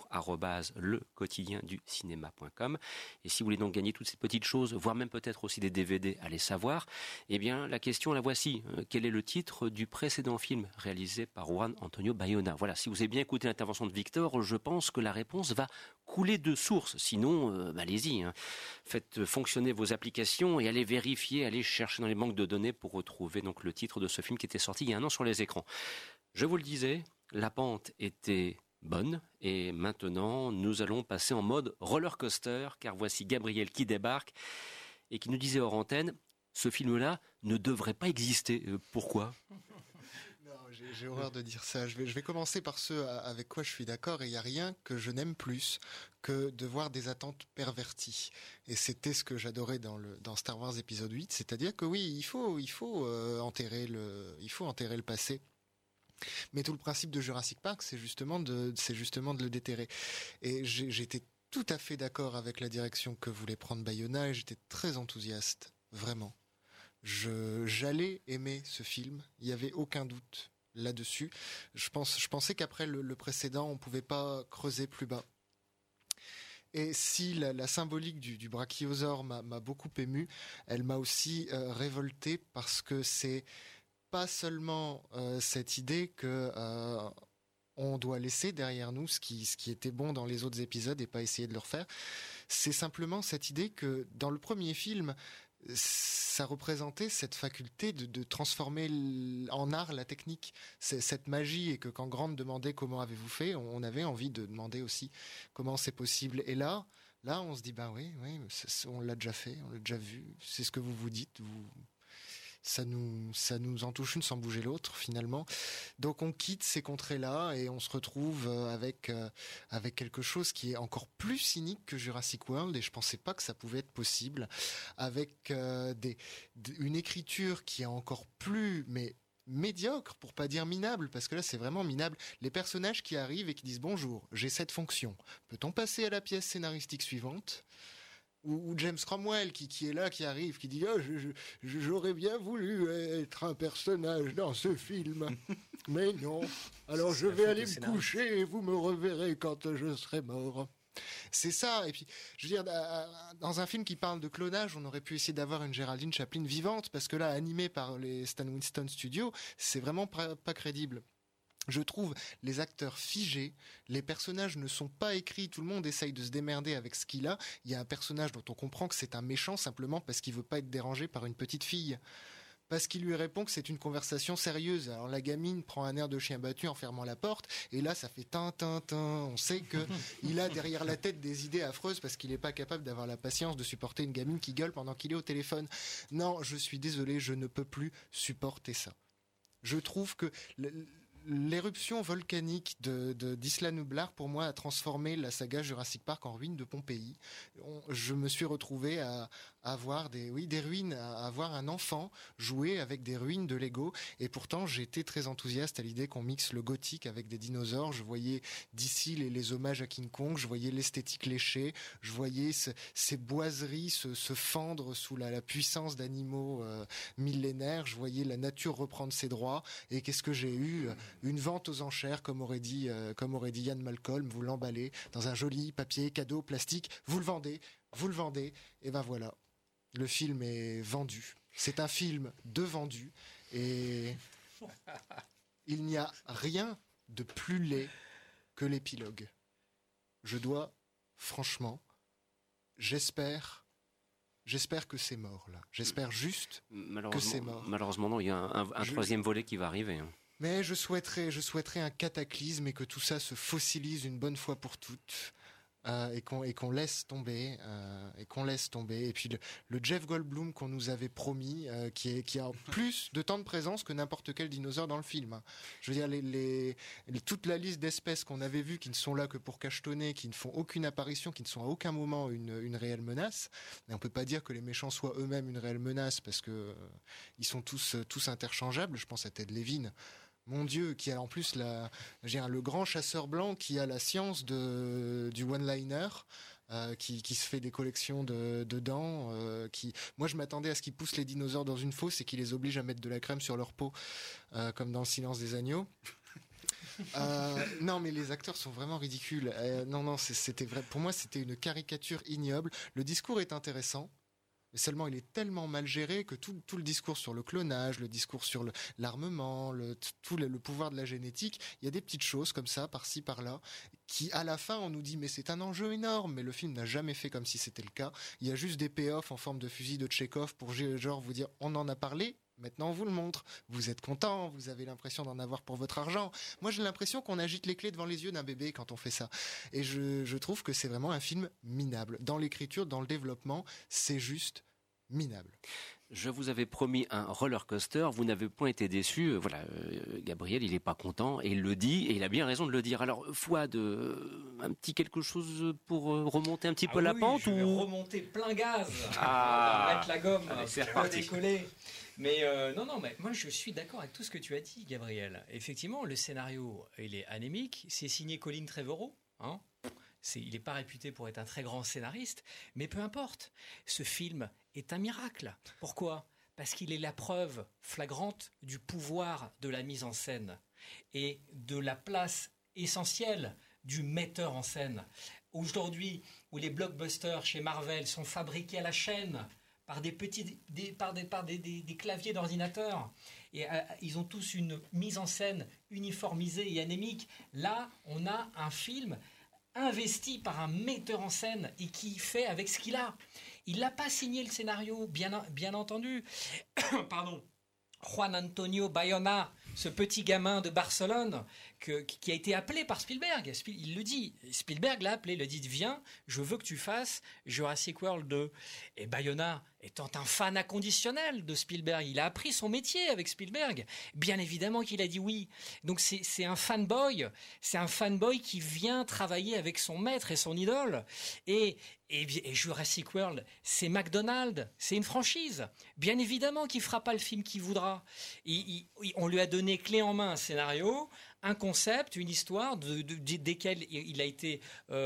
concours@lequotidienducinéma.com. Et si vous voulez donc gagner toutes ces petites choses, voire même peut-être aussi des DVD, allez savoir, eh bien la question la voici. Quel est le titre du précédent film réalisé par Juan Antonio Bayona? Voilà, si vous avez bien écouté l'intervention de Victor, je pense que la réponse va couler de source. Sinon, allez-y. Faites fonctionner vos applications et allez vérifier, allez chercher dans les banques de données pour retrouver donc le titre de ce film qui était sorti il y a 1 an sur les écrans. Je vous le disais, la pente était bonne et maintenant nous allons passer en mode roller coaster car voici Gabriel qui débarque et qui nous disait hors antenne, ce film-là ne devrait pas exister. Pourquoi ? J'ai horreur de dire ça. Je vais commencer par ce avec quoi je suis d'accord, et il n'y a rien que je n'aime plus que de voir des attentes perverties. Et c'était ce que j'adorais dans Star Wars épisode 8, c'est-à-dire que oui, il faut enterrer le passé. Mais tout le principe de Jurassic Park, c'est justement de le déterrer. Et j'étais tout à fait d'accord avec la direction que voulait prendre Bayona, et j'étais très enthousiaste, vraiment. J'allais aimer ce film, il n'y avait aucun doute là-dessus. Je pensais qu'après le précédent, on pouvait pas creuser plus bas. Et si la symbolique du brachiosaure m'a beaucoup ému, elle m'a aussi révolté parce que c'est pas seulement cette idée que on doit laisser derrière nous ce qui était bon dans les autres épisodes et pas essayer de le refaire. C'est simplement cette idée que dans le premier film, ça représentait cette faculté de transformer en art la technique, cette magie, et que quand Grant demandait comment avez-vous fait, on avait envie de demander aussi comment c'est possible. Et là, Là, on se dit, oui, on l'a déjà fait, on l'a déjà vu, c'est ce que vous dites, ça nous en touche une sans bouger l'autre, finalement. Donc on quitte ces contrées-là et on se retrouve avec quelque chose qui est encore plus cynique que Jurassic World, et je pensais pas que ça pouvait être possible, avec une écriture qui est encore plus, mais médiocre, pour pas dire minable, parce que là c'est vraiment minable. Les personnages qui arrivent et qui disent bonjour, j'ai cette fonction, peut-on passer à la pièce scénaristique suivante? Ou James Cromwell qui est là, qui arrive, qui dit j'aurais bien voulu être un personnage dans ce film, mais non, alors je vais aller me coucher et vous me reverrez quand je serai mort. C'est ça. Et puis, je veux dire, dans un film qui parle de clonage, on aurait pu essayer d'avoir une Geraldine Chaplin vivante, parce que là, animée par les Stan Winston Studios, c'est vraiment pas crédible. Je trouve les acteurs figés, les personnages ne sont pas écrits, tout le monde essaye de se démerder avec ce qu'il a. Il y a un personnage dont on comprend que c'est un méchant simplement parce qu'il veut pas être dérangé par une petite fille. Parce qu'il lui répond que c'est une conversation sérieuse. Alors la gamine prend un air de chien battu en fermant la porte, et là ça fait tin. On sait que il a derrière la tête des idées affreuses parce qu'il n'est pas capable d'avoir la patience de supporter une gamine qui gueule pendant qu'il est au téléphone. Non, je suis désolé, je ne peux plus supporter ça. Je trouve que l'éruption volcanique d'Isla Nublar, pour moi, a transformé la saga Jurassic Park en ruine de Pompéi. Je me suis retrouvé à avoir des ruines, à avoir un enfant jouer avec des ruines de Lego, et pourtant j'étais très enthousiaste à l'idée qu'on mixe le gothique avec des dinosaures. Je voyais d'ici les hommages à King Kong, je voyais l'esthétique léchée, je voyais ces boiseries se fendre sous la puissance d'animaux millénaires, je voyais la nature reprendre ses droits, et qu'est-ce que j'ai eu? Une vente aux enchères, comme aurait dit Ian Malcolm. Vous l'emballez dans un joli papier cadeau plastique, vous le vendez, et ben voilà, le film est vendu. C'est un film de vendu, et il n'y a rien de plus laid que l'épilogue. Je dois, franchement, j'espère que c'est mort là. J'espère juste que c'est mort. Malheureusement non, il y a un troisième volet qui va arriver. Mais je souhaiterais un cataclysme et que tout ça se fossilise une bonne fois pour toutes, et qu'on laisse tomber, Et puis le Jeff Goldblum qu'on nous avait promis, qui a plus de temps de présence que n'importe quel dinosaure dans le film. Je veux dire, toute la liste d'espèces qu'on avait vues qui ne sont là que pour cachetonner, qui ne font aucune apparition, qui ne sont à aucun moment une réelle menace. Et on peut pas dire que les méchants soient eux-mêmes une réelle menace, parce que ils sont tous interchangeables. Je pense à Ted Levin. Mon Dieu, qui a en plus le grand chasseur blanc qui a la science du one-liner, qui se fait des collections de dents, moi je m'attendais à ce qu'il pousse les dinosaures dans une fosse et qu'il les oblige à mettre de la crème sur leur peau, comme dans Le Silence des agneaux. Non, mais les acteurs sont vraiment ridicules. Non, c'était vrai. Pour moi, c'était une caricature ignoble. Le discours est intéressant. Mais seulement, il est tellement mal géré que tout le discours sur le clonage, le discours sur l'armement, tout le pouvoir de la génétique, il y a des petites choses comme ça, par-ci, par-là, qui, à la fin, on nous dit, mais c'est un enjeu énorme, mais le film n'a jamais fait comme si c'était le cas. Il y a juste des payoffs en forme de fusil de Tchekhov pour genre vous dire, on en a parlé, maintenant on vous le montre. Vous êtes content, vous avez l'impression d'en avoir pour votre argent. Moi, j'ai l'impression qu'on agite les clés devant les yeux d'un bébé quand on fait ça. Et je trouve que c'est vraiment un film minable. Dans l'écriture, dans le développement, c'est juste minable. Je vous avais promis un roller coaster, vous n'avez point été déçu. Voilà, Gabriel, il n'est pas content et il le dit, et il a bien raison de le dire. Alors, Fouad, un petit quelque chose pour remonter un petit peu la pente, je vais remonter plein gaz. Mettre la gomme, c'est reparti. Décoller. Mais non, mais moi je suis d'accord avec tout ce que tu as dit, Gabriel. Effectivement, le scénario, il est anémique. C'est signé Colin Trevorrow, hein. Il n'est pas réputé pour être un très grand scénariste, mais peu importe. Ce film est un miracle. Pourquoi ? Parce qu'il est la preuve flagrante du pouvoir de la mise en scène et de la place essentielle du metteur en scène. Aujourd'hui, où les blockbusters chez Marvel sont fabriqués à la chaîne par des claviers d'ordinateur, et ils ont tous une mise en scène uniformisée et anémique. Là, on a un film investi par un metteur en scène et qui fait avec ce qu'il a. Il n'a pas signé le scénario, bien entendu. Pardon. Juan Antonio Bayona, ce petit gamin de Barcelone qui a été appelé par Spielberg. Il le dit. Spielberg l'a appelé, il a dit viens, je veux que tu fasses Jurassic World 2. Et Bayona, étant un fan inconditionnel de Spielberg, il a appris son métier avec Spielberg. Bien évidemment qu'il a dit oui. Donc c'est un fanboy. C'est un fanboy qui vient travailler avec son maître et son idole. Et Jurassic World, c'est McDonald's, c'est une franchise. Bien évidemment qu'il fera pas le film qu'il voudra. On lui a donné clé en main un scénario, un concept, une histoire desquels il a été...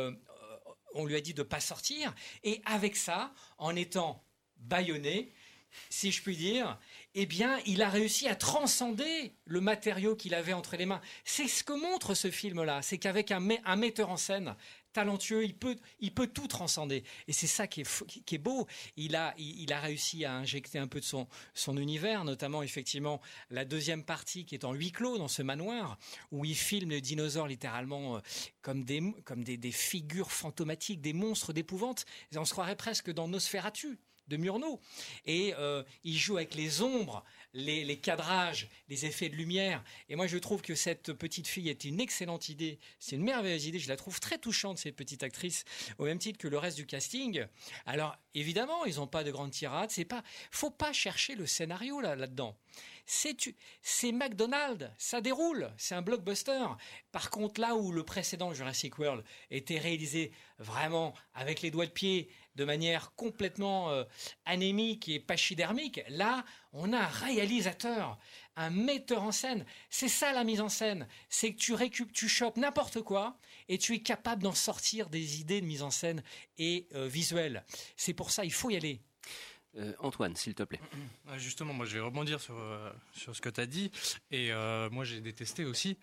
on lui a dit de pas sortir. Et avec ça, en étant bâillonné, si je puis dire, eh bien, il a réussi à transcender le matériau qu'il avait entre les mains. C'est ce que montre ce film-là. C'est qu'avec un metteur en scène talentueux, il peut tout transcender. Et c'est ça qui est beau. Il a réussi à injecter un peu de son univers, notamment effectivement la deuxième partie qui est en huis clos dans ce manoir, où il filme les dinosaures littéralement comme des figures fantomatiques, des monstres d'épouvante. Et on se croirait presque dans Nosferatu de Murnau. Et il joue avec les ombres, les cadrages, les effets de lumière. Et moi, je trouve que cette petite fille est une excellente idée. C'est une merveilleuse idée. Je la trouve très touchante, cette petite actrice, au même titre que le reste du casting. Alors, évidemment, ils n'ont pas de grandes tirades. Faut pas chercher le scénario là-dedans. C'est McDonald's, ça déroule, c'est un blockbuster. Par contre, là où le précédent Jurassic World était réalisé vraiment avec les doigts de pied, de manière complètement anémique et pachydermique, là, on a un réalisateur, un metteur en scène. C'est ça la mise en scène, c'est que tu chopes n'importe quoi et tu es capable d'en sortir des idées de mise en scène et visuelle. C'est pour ça, il faut y aller. Antoine, s'il te plaît. Justement, moi je vais rebondir sur ce que tu as dit, et moi j'ai détesté aussi.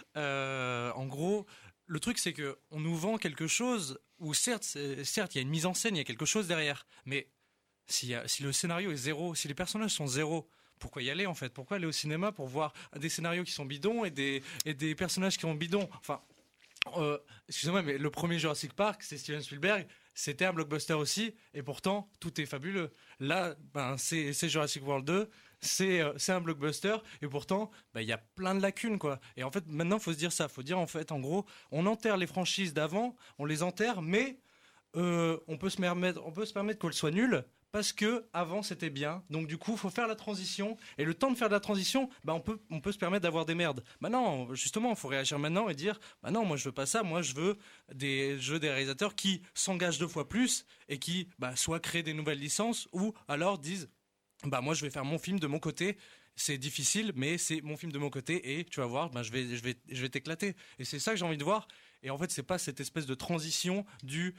En gros, le truc c'est que on nous vend quelque chose où certes il y a une mise en scène, il y a quelque chose derrière, mais si le scénario est zéro, si les personnages sont zéro, pourquoi y aller en fait? Pourquoi aller au cinéma pour voir des scénarios qui sont bidons et des personnages qui sont bidons? Enfin, excusez-moi, mais le premier Jurassic Park, c'est Steven Spielberg. C'était un blockbuster aussi, et pourtant tout est fabuleux. Là, c'est Jurassic World 2, c'est un blockbuster, et pourtant il y a plein de lacunes quoi. Et en fait maintenant faut se dire ça, faut dire en fait en gros, on enterre les franchises d'avant, on les enterre, mais on peut se permettre qu'elles soient nulles. Parce que avant c'était bien, donc du coup faut faire la transition, et le temps de faire de la transition, on peut se permettre d'avoir des merdes. Non, justement, il faut réagir maintenant et dire, non, moi je veux pas ça, moi je veux des réalisateurs qui s'engagent 2 fois plus et qui soit créent des nouvelles licences ou alors disent, moi je vais faire mon film de mon côté. C'est difficile, mais c'est mon film de mon côté et tu vas voir, je vais t'éclater. Et c'est ça que j'ai envie de voir. Et en fait, c'est pas cette espèce de transition du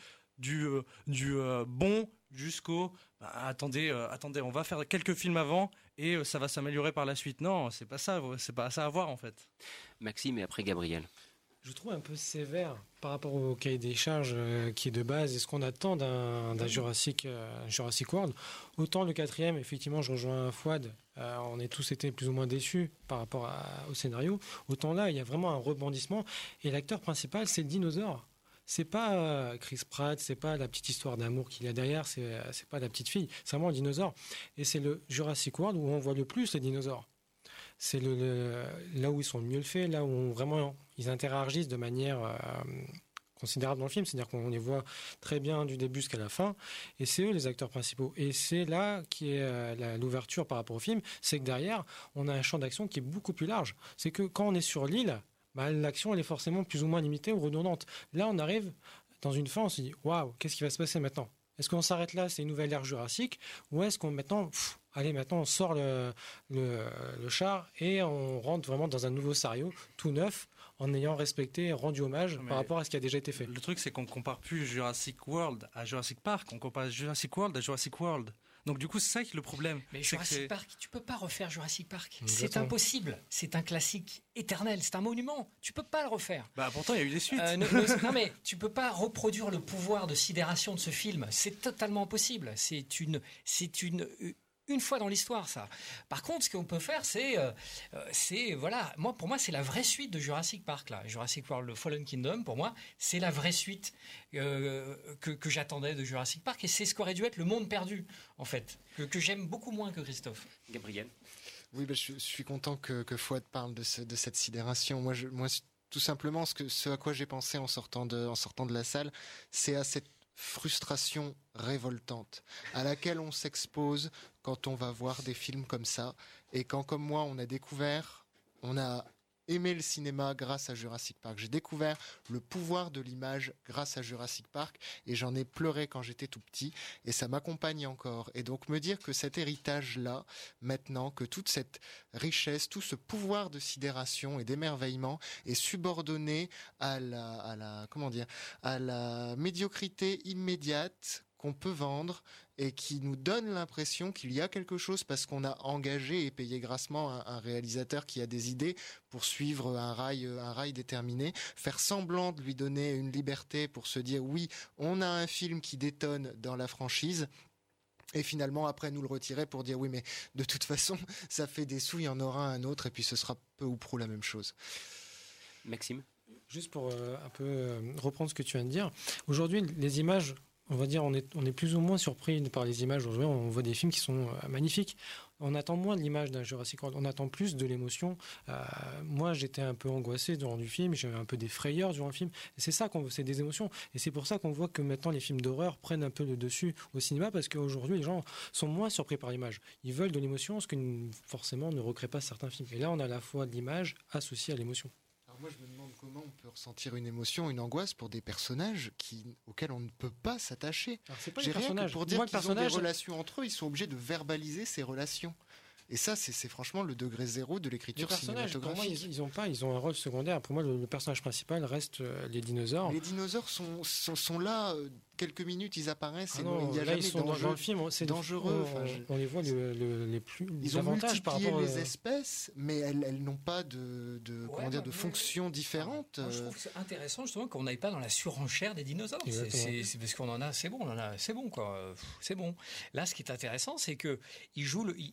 bon jusqu'au attendez, on va faire quelques films avant et ça va s'améliorer par la suite. Non, c'est pas ça à voir en fait. Maxime et après Gabriel. Je trouve un peu sévère par rapport au cahier des charges qui est de base et ce qu'on attend d'un Jurassic World. Autant le 4e, effectivement, je rejoins Fouad, on est tous été plus ou moins déçus par rapport au scénario. Autant là, il y a vraiment un rebondissement et l'acteur principal, c'est le dinosaure. C'est pas Chris Pratt, c'est pas la petite histoire d'amour qu'il y a derrière, c'est pas la petite fille, c'est vraiment le dinosaure. Et c'est le Jurassic World où on voit le plus les dinosaures. C'est là où ils sont le mieux faits, là où vraiment ils interagissent de manière considérable dans le film, c'est-à-dire qu'on les voit très bien du début jusqu'à la fin, et c'est eux les acteurs principaux. Et c'est là qui est l'ouverture par rapport au film, c'est que derrière, on a un champ d'action qui est beaucoup plus large. C'est que quand on est sur l'île, l'action elle est forcément plus ou moins limitée ou redondante. Là, on arrive dans une fin, on se dit waouh, qu'est-ce qui va se passer maintenant? Est-ce qu'on s'arrête là, c'est une nouvelle ère jurassique, ou est-ce qu'on maintenant, maintenant on sort le char et on rentre vraiment dans un nouveau scénario tout neuf en ayant respecté et rendu hommage par rapport à ce qui a déjà été fait. Le truc, c'est qu'on compare plus Jurassic World à Jurassic Park, on compare Jurassic World à Jurassic World. Donc du coup, c'est ça qui est le problème. Mais Jurassic Park, tu peux pas refaire Jurassic Park. Exactement. C'est impossible. C'est un classique éternel. C'est un monument. Tu peux pas le refaire. Pourtant, il y a eu des suites. Non, mais tu peux pas reproduire le pouvoir de sidération de ce film. C'est totalement impossible. C'est une une fois dans l'histoire, ça. Par contre, ce qu'on peut faire, c'est voilà, pour moi, c'est la vraie suite de Jurassic Park, là. Jurassic World, le Fallen Kingdom, pour moi, c'est la vraie suite que j'attendais de Jurassic Park, et c'est ce qu'aurait dû être le monde perdu, en fait, que j'aime beaucoup moins que Christophe. Gabriel. Oui, je suis content que Fouad parle de cette sidération. Moi, tout simplement, ce à quoi j'ai pensé en sortant de la salle, c'est à cette frustration révoltante à laquelle on s'expose quand on va voir des films comme ça, et quand, comme moi, on a aimé le cinéma grâce à Jurassic Park. J'ai découvert le pouvoir de l'image grâce à Jurassic Park, et j'en ai pleuré quand j'étais tout petit, et ça m'accompagne encore. Et donc me dire que cet héritage-là, maintenant, que toute cette richesse, tout ce pouvoir de sidération et d'émerveillement est subordonné à la médiocrité immédiate qu'on peut vendre, et qui nous donne l'impression qu'il y a quelque chose parce qu'on a engagé et payé grassement un réalisateur qui a des idées pour suivre un rail déterminé, faire semblant de lui donner une liberté pour se dire oui, on a un film qui détonne dans la franchise, et finalement après nous le retirer pour dire oui, mais de toute façon ça fait des sous, il y en aura un autre, et puis ce sera peu ou prou la même chose. Maxime ? Juste pour un peu reprendre ce que tu viens de dire, aujourd'hui les images, on va dire, on est plus ou moins surpris par les images. Aujourd'hui, on voit des films qui sont magnifiques. On attend moins de l'image d'un Jurassic World, on attend plus de l'émotion. Moi, j'étais un peu angoissé durant du film, j'avais un peu des frayeurs durant le film. Et c'est ça c'est des émotions. Et c'est pour ça qu'on voit que maintenant les films d'horreur prennent un peu le dessus au cinéma, parce qu'aujourd'hui, les gens sont moins surpris par l'image. Ils veulent de l'émotion, ce que forcément ne recrée pas certains films. Et là, on a à la fois de l'image associée à l'émotion. Moi, je me demande comment on peut ressentir une émotion, une angoisse pour des personnages auxquels on ne peut pas s'attacher. J'ai rien que pour dire qu'ils ont des relations entre eux, ils sont obligés de verbaliser ces relations. Et ça, c'est franchement le degré zéro de l'écriture cinématographique. Pour moi, ils ont un rôle secondaire. Pour moi, le personnage principal reste les dinosaures. Les dinosaures sont là. Quelques minutes, ils apparaissent. Il y a jamais dans le film, c'est dangereux. On les voit les plus. Ils ont multiplié les espèces, mais elles n'ont pas de fonctions différentes. Moi, je trouve que c'est intéressant justement qu'on n'aille pas dans la surenchère des dinosaures. C'est parce qu'on en a, c'est bon quoi. C'est bon. Là, ce qui est intéressant, c'est que il joue le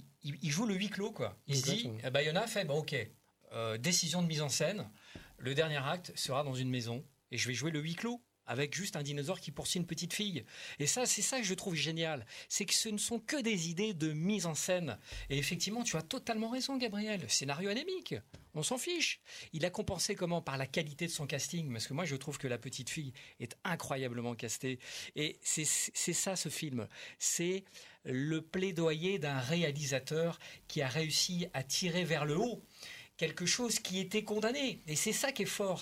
huis clos quoi. Il se dit, Bayona fait ok. Décision de mise en scène. Le dernier acte sera dans une maison et je vais jouer le huis clos, avec juste un dinosaure qui poursuit une petite fille. Et ça, c'est ça que je trouve génial. C'est que ce ne sont que des idées de mise en scène. Et effectivement, tu as totalement raison, Gabriel. Scénario anémique. On s'en fiche. Il a compensé comment ? Par la qualité de son casting. Parce que moi, je trouve que la petite fille est incroyablement castée. Et c'est ça, ce film. C'est le plaidoyer d'un réalisateur qui a réussi à tirer vers le haut quelque chose qui était condamné. Et c'est ça qui est fort.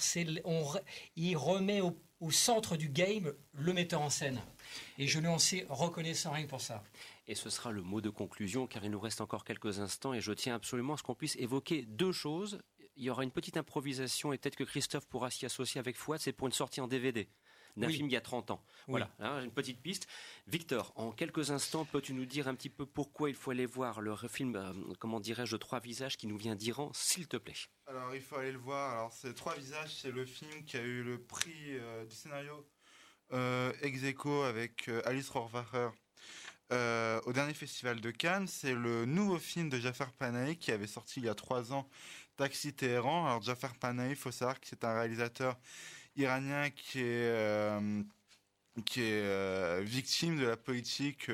Il remet au centre du game le metteur en scène. Et je lui en sais reconnaissant rien que pour ça. Et ce sera le mot de conclusion, car il nous reste encore quelques instants et je tiens absolument à ce qu'on puisse évoquer deux choses. Il y aura une petite improvisation et peut-être que Christophe pourra s'y associer avec Fouad, c'est pour une sortie en DVD d'un film il y a 30 ans. Oui. Voilà, une petite piste. Victor, en quelques instants, peux-tu nous dire un petit peu pourquoi il faut aller voir le film, de Trois visages qui nous vient d'Iran, s'il te plaît? Alors, il faut aller le voir. Alors, c'est Trois visages, c'est le film qui a eu le prix du scénario ex aequo avec Alice Rohrwacher au dernier festival de Cannes. C'est le nouveau film de Jafar Panahi qui avait sorti il y a 3 ans, Taxi Téhéran. Alors, Jafar Panahi, il faut savoir que c'est un réalisateur iranien qui est victime de la politique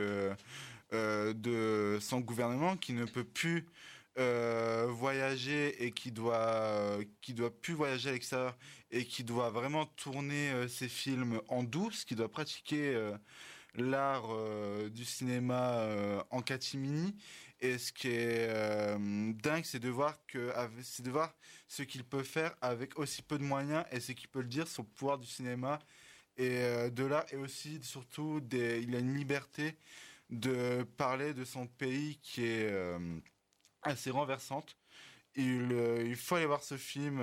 de son gouvernement, qui ne peut plus voyager et qui doit plus voyager à l'extérieur et qui doit vraiment tourner ses films en douce, qui doit pratiquer l'art du cinéma en catimini. Et ce qui est dingue, c'est de voir ce qu'il peut faire avec aussi peu de moyens, et ce qu'il peut le dire, son pouvoir du cinéma et de l'art, et aussi surtout il a une liberté de parler de son pays qui est assez renversante. Il faut aller voir ce film.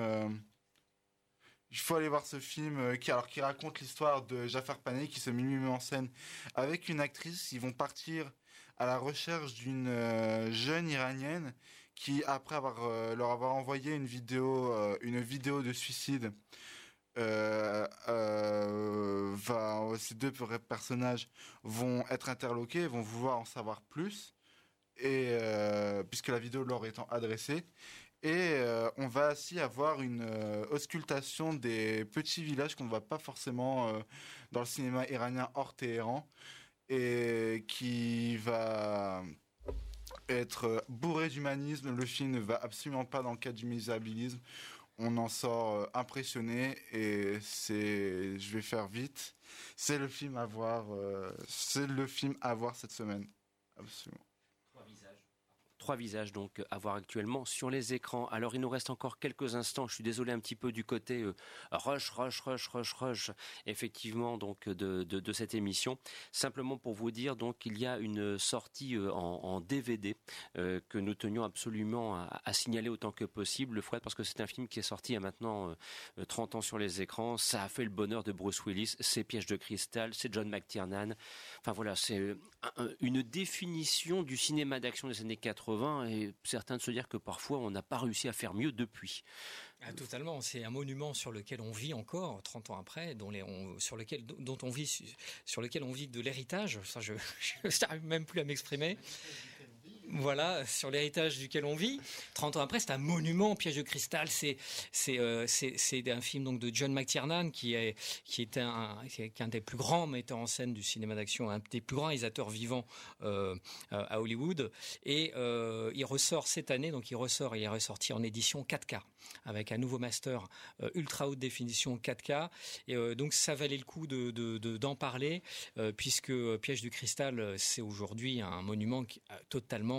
Qui raconte l'histoire de Jafar Panahi qui se met lui-même en scène avec une actrice. Ils vont partir à la recherche d'une jeune iranienne qui, après leur avoir envoyé une vidéo de suicide, ces deux personnages vont être interloqués, vont vouloir en savoir plus et puisque la vidéo leur étant adressée. Et on va aussi avoir une auscultation des petits villages qu'on ne voit pas forcément dans le cinéma iranien hors Téhéran, et qui va être bourré d'humanisme. Le film ne va absolument pas dans le cadre du misérabilisme. On en sort impressionné, et je vais faire vite. C'est le film à voir cette semaine. Absolument. Trois visages donc à voir actuellement sur les écrans. Alors il nous reste encore quelques instants. Je suis désolé un petit peu du côté rush effectivement donc de cette émission. Simplement pour vous dire donc il y a une sortie en DVD que nous tenions absolument à signaler autant que possible, Fouad, parce que c'est un film qui est sorti il y a maintenant 30 ans sur les écrans. Ça a fait le bonheur de Bruce Willis. C'est Piège de cristal, c'est John McTiernan. Enfin voilà, c'est une définition du cinéma d'action des années 80, et certains de se dire que parfois on n'a pas réussi à faire mieux depuis. Ah, totalement, c'est un monument sur lequel on vit encore 30 ans après, sur lequel on vit de l'héritage. Ça, je n'arrive même plus à m'exprimer. Voilà, sur l'héritage duquel on vit. 30 ans après, c'est un monument, Piège de cristal. C'est un film donc de John McTiernan qui est un des plus grands metteurs en scène du cinéma d'action, un des plus grands réalisateurs vivants à Hollywood. Et il ressort cette année, donc il est ressorti en édition 4K avec un nouveau master ultra haute définition 4K. Et donc ça valait le coup d'en parler puisque Piège du cristal, c'est aujourd'hui un monument totalement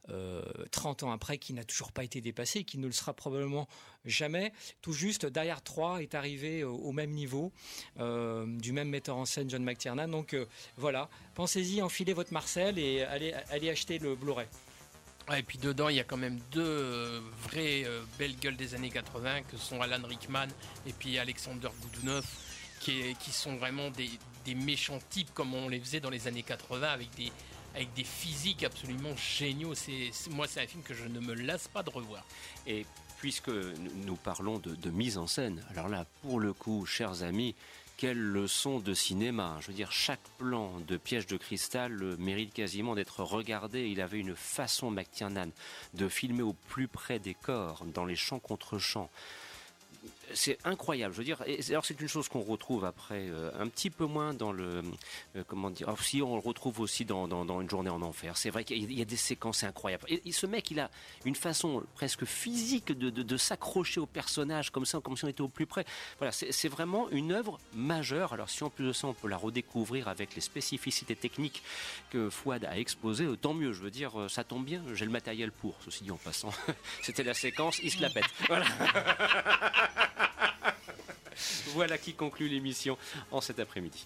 30 ans après, qui n'a toujours pas été dépassé, qui ne le sera probablement jamais. Tout juste derrière 3 est arrivé au même niveau du même metteur en scène, John McTiernan. Donc voilà, pensez-y, enfilez votre Marcel et allez acheter le Blu-ray. Ouais, et puis dedans, il y a quand même deux vraies belles gueules des années 80 que sont Alan Rickman et puis Alexander Goudounov, qui sont vraiment des méchants types comme on les faisait dans les années 80 avec des physiques absolument géniaux. Moi, c'est un film que je ne me lasse pas de revoir. Et puisque nous parlons de mise en scène, alors là, pour le coup, chers amis, quelle leçon de cinéma. Je veux dire, chaque plan de Piège de cristal mérite quasiment d'être regardé. Il avait une façon, McTiernan, de filmer au plus près des corps, dans les champs contre champs. C'est incroyable, je veux dire. Et alors c'est une chose qu'on retrouve après un petit peu moins dans le comment dire. Alors, si on le retrouve aussi dans Une journée en enfer. C'est vrai qu'il y a des séquences incroyables. Et ce mec, il a une façon presque physique de s'accrocher au personnage comme si on était au plus près. Voilà, c'est vraiment une œuvre majeure. Alors si en plus de ça on peut la redécouvrir avec les spécificités techniques que Fouad a exposées, tant mieux. Je veux dire, ça tombe bien. J'ai le matériel pour. Ceci dit en passant, c'était la séquence. Il se la pète. Voilà. Voilà qui conclut l'émission en cet après-midi.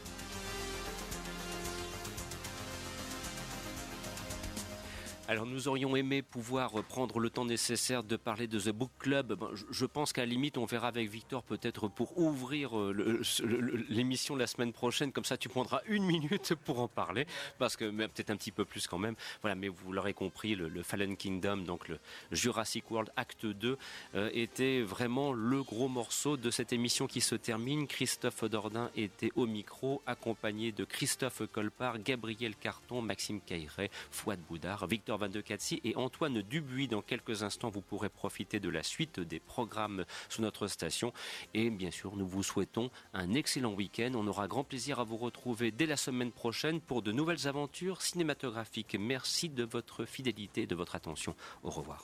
Alors nous aurions aimé pouvoir prendre le temps nécessaire de parler de The Book Club. Bon, je pense qu'à la limite on verra avec Victor peut-être pour ouvrir l'émission la semaine prochaine. Comme ça tu prendras 1 minute pour en parler, parce que peut-être un petit peu plus quand même. Voilà, mais vous l'aurez compris, le Fallen Kingdom, donc le Jurassic World Acte 2, était vraiment le gros morceau de cette émission qui se termine. Christophe Dordain était au micro, accompagné de Christophe Colpart, Gabriel Carton, Maxime Cailleret, Fouad Boudard, Victor Van de Katsi et Antoine Dubuis. Dans quelques instants, vous pourrez profiter de la suite des programmes sur notre station. Et bien sûr, nous vous souhaitons un excellent week-end. On aura grand plaisir à vous retrouver dès la semaine prochaine pour de nouvelles aventures cinématographiques. Merci de votre fidélité et de votre attention. Au revoir.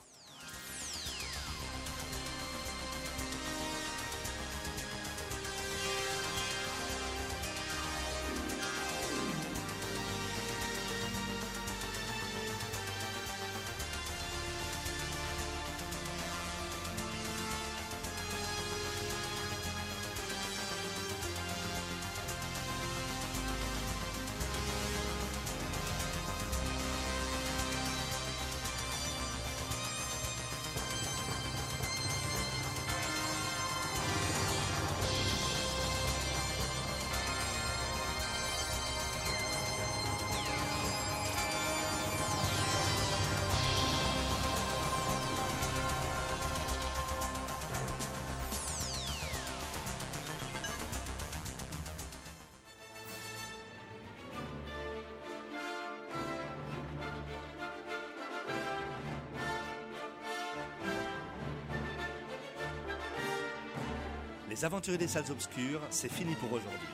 Les Aventuriers des Salles Obscures, c'est fini pour aujourd'hui.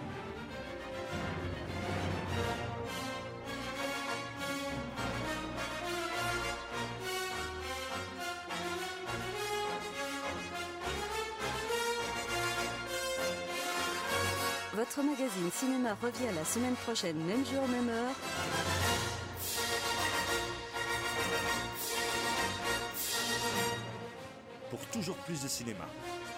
Votre magazine cinéma revient la semaine prochaine, même jour, même heure. Pour toujours plus de cinéma,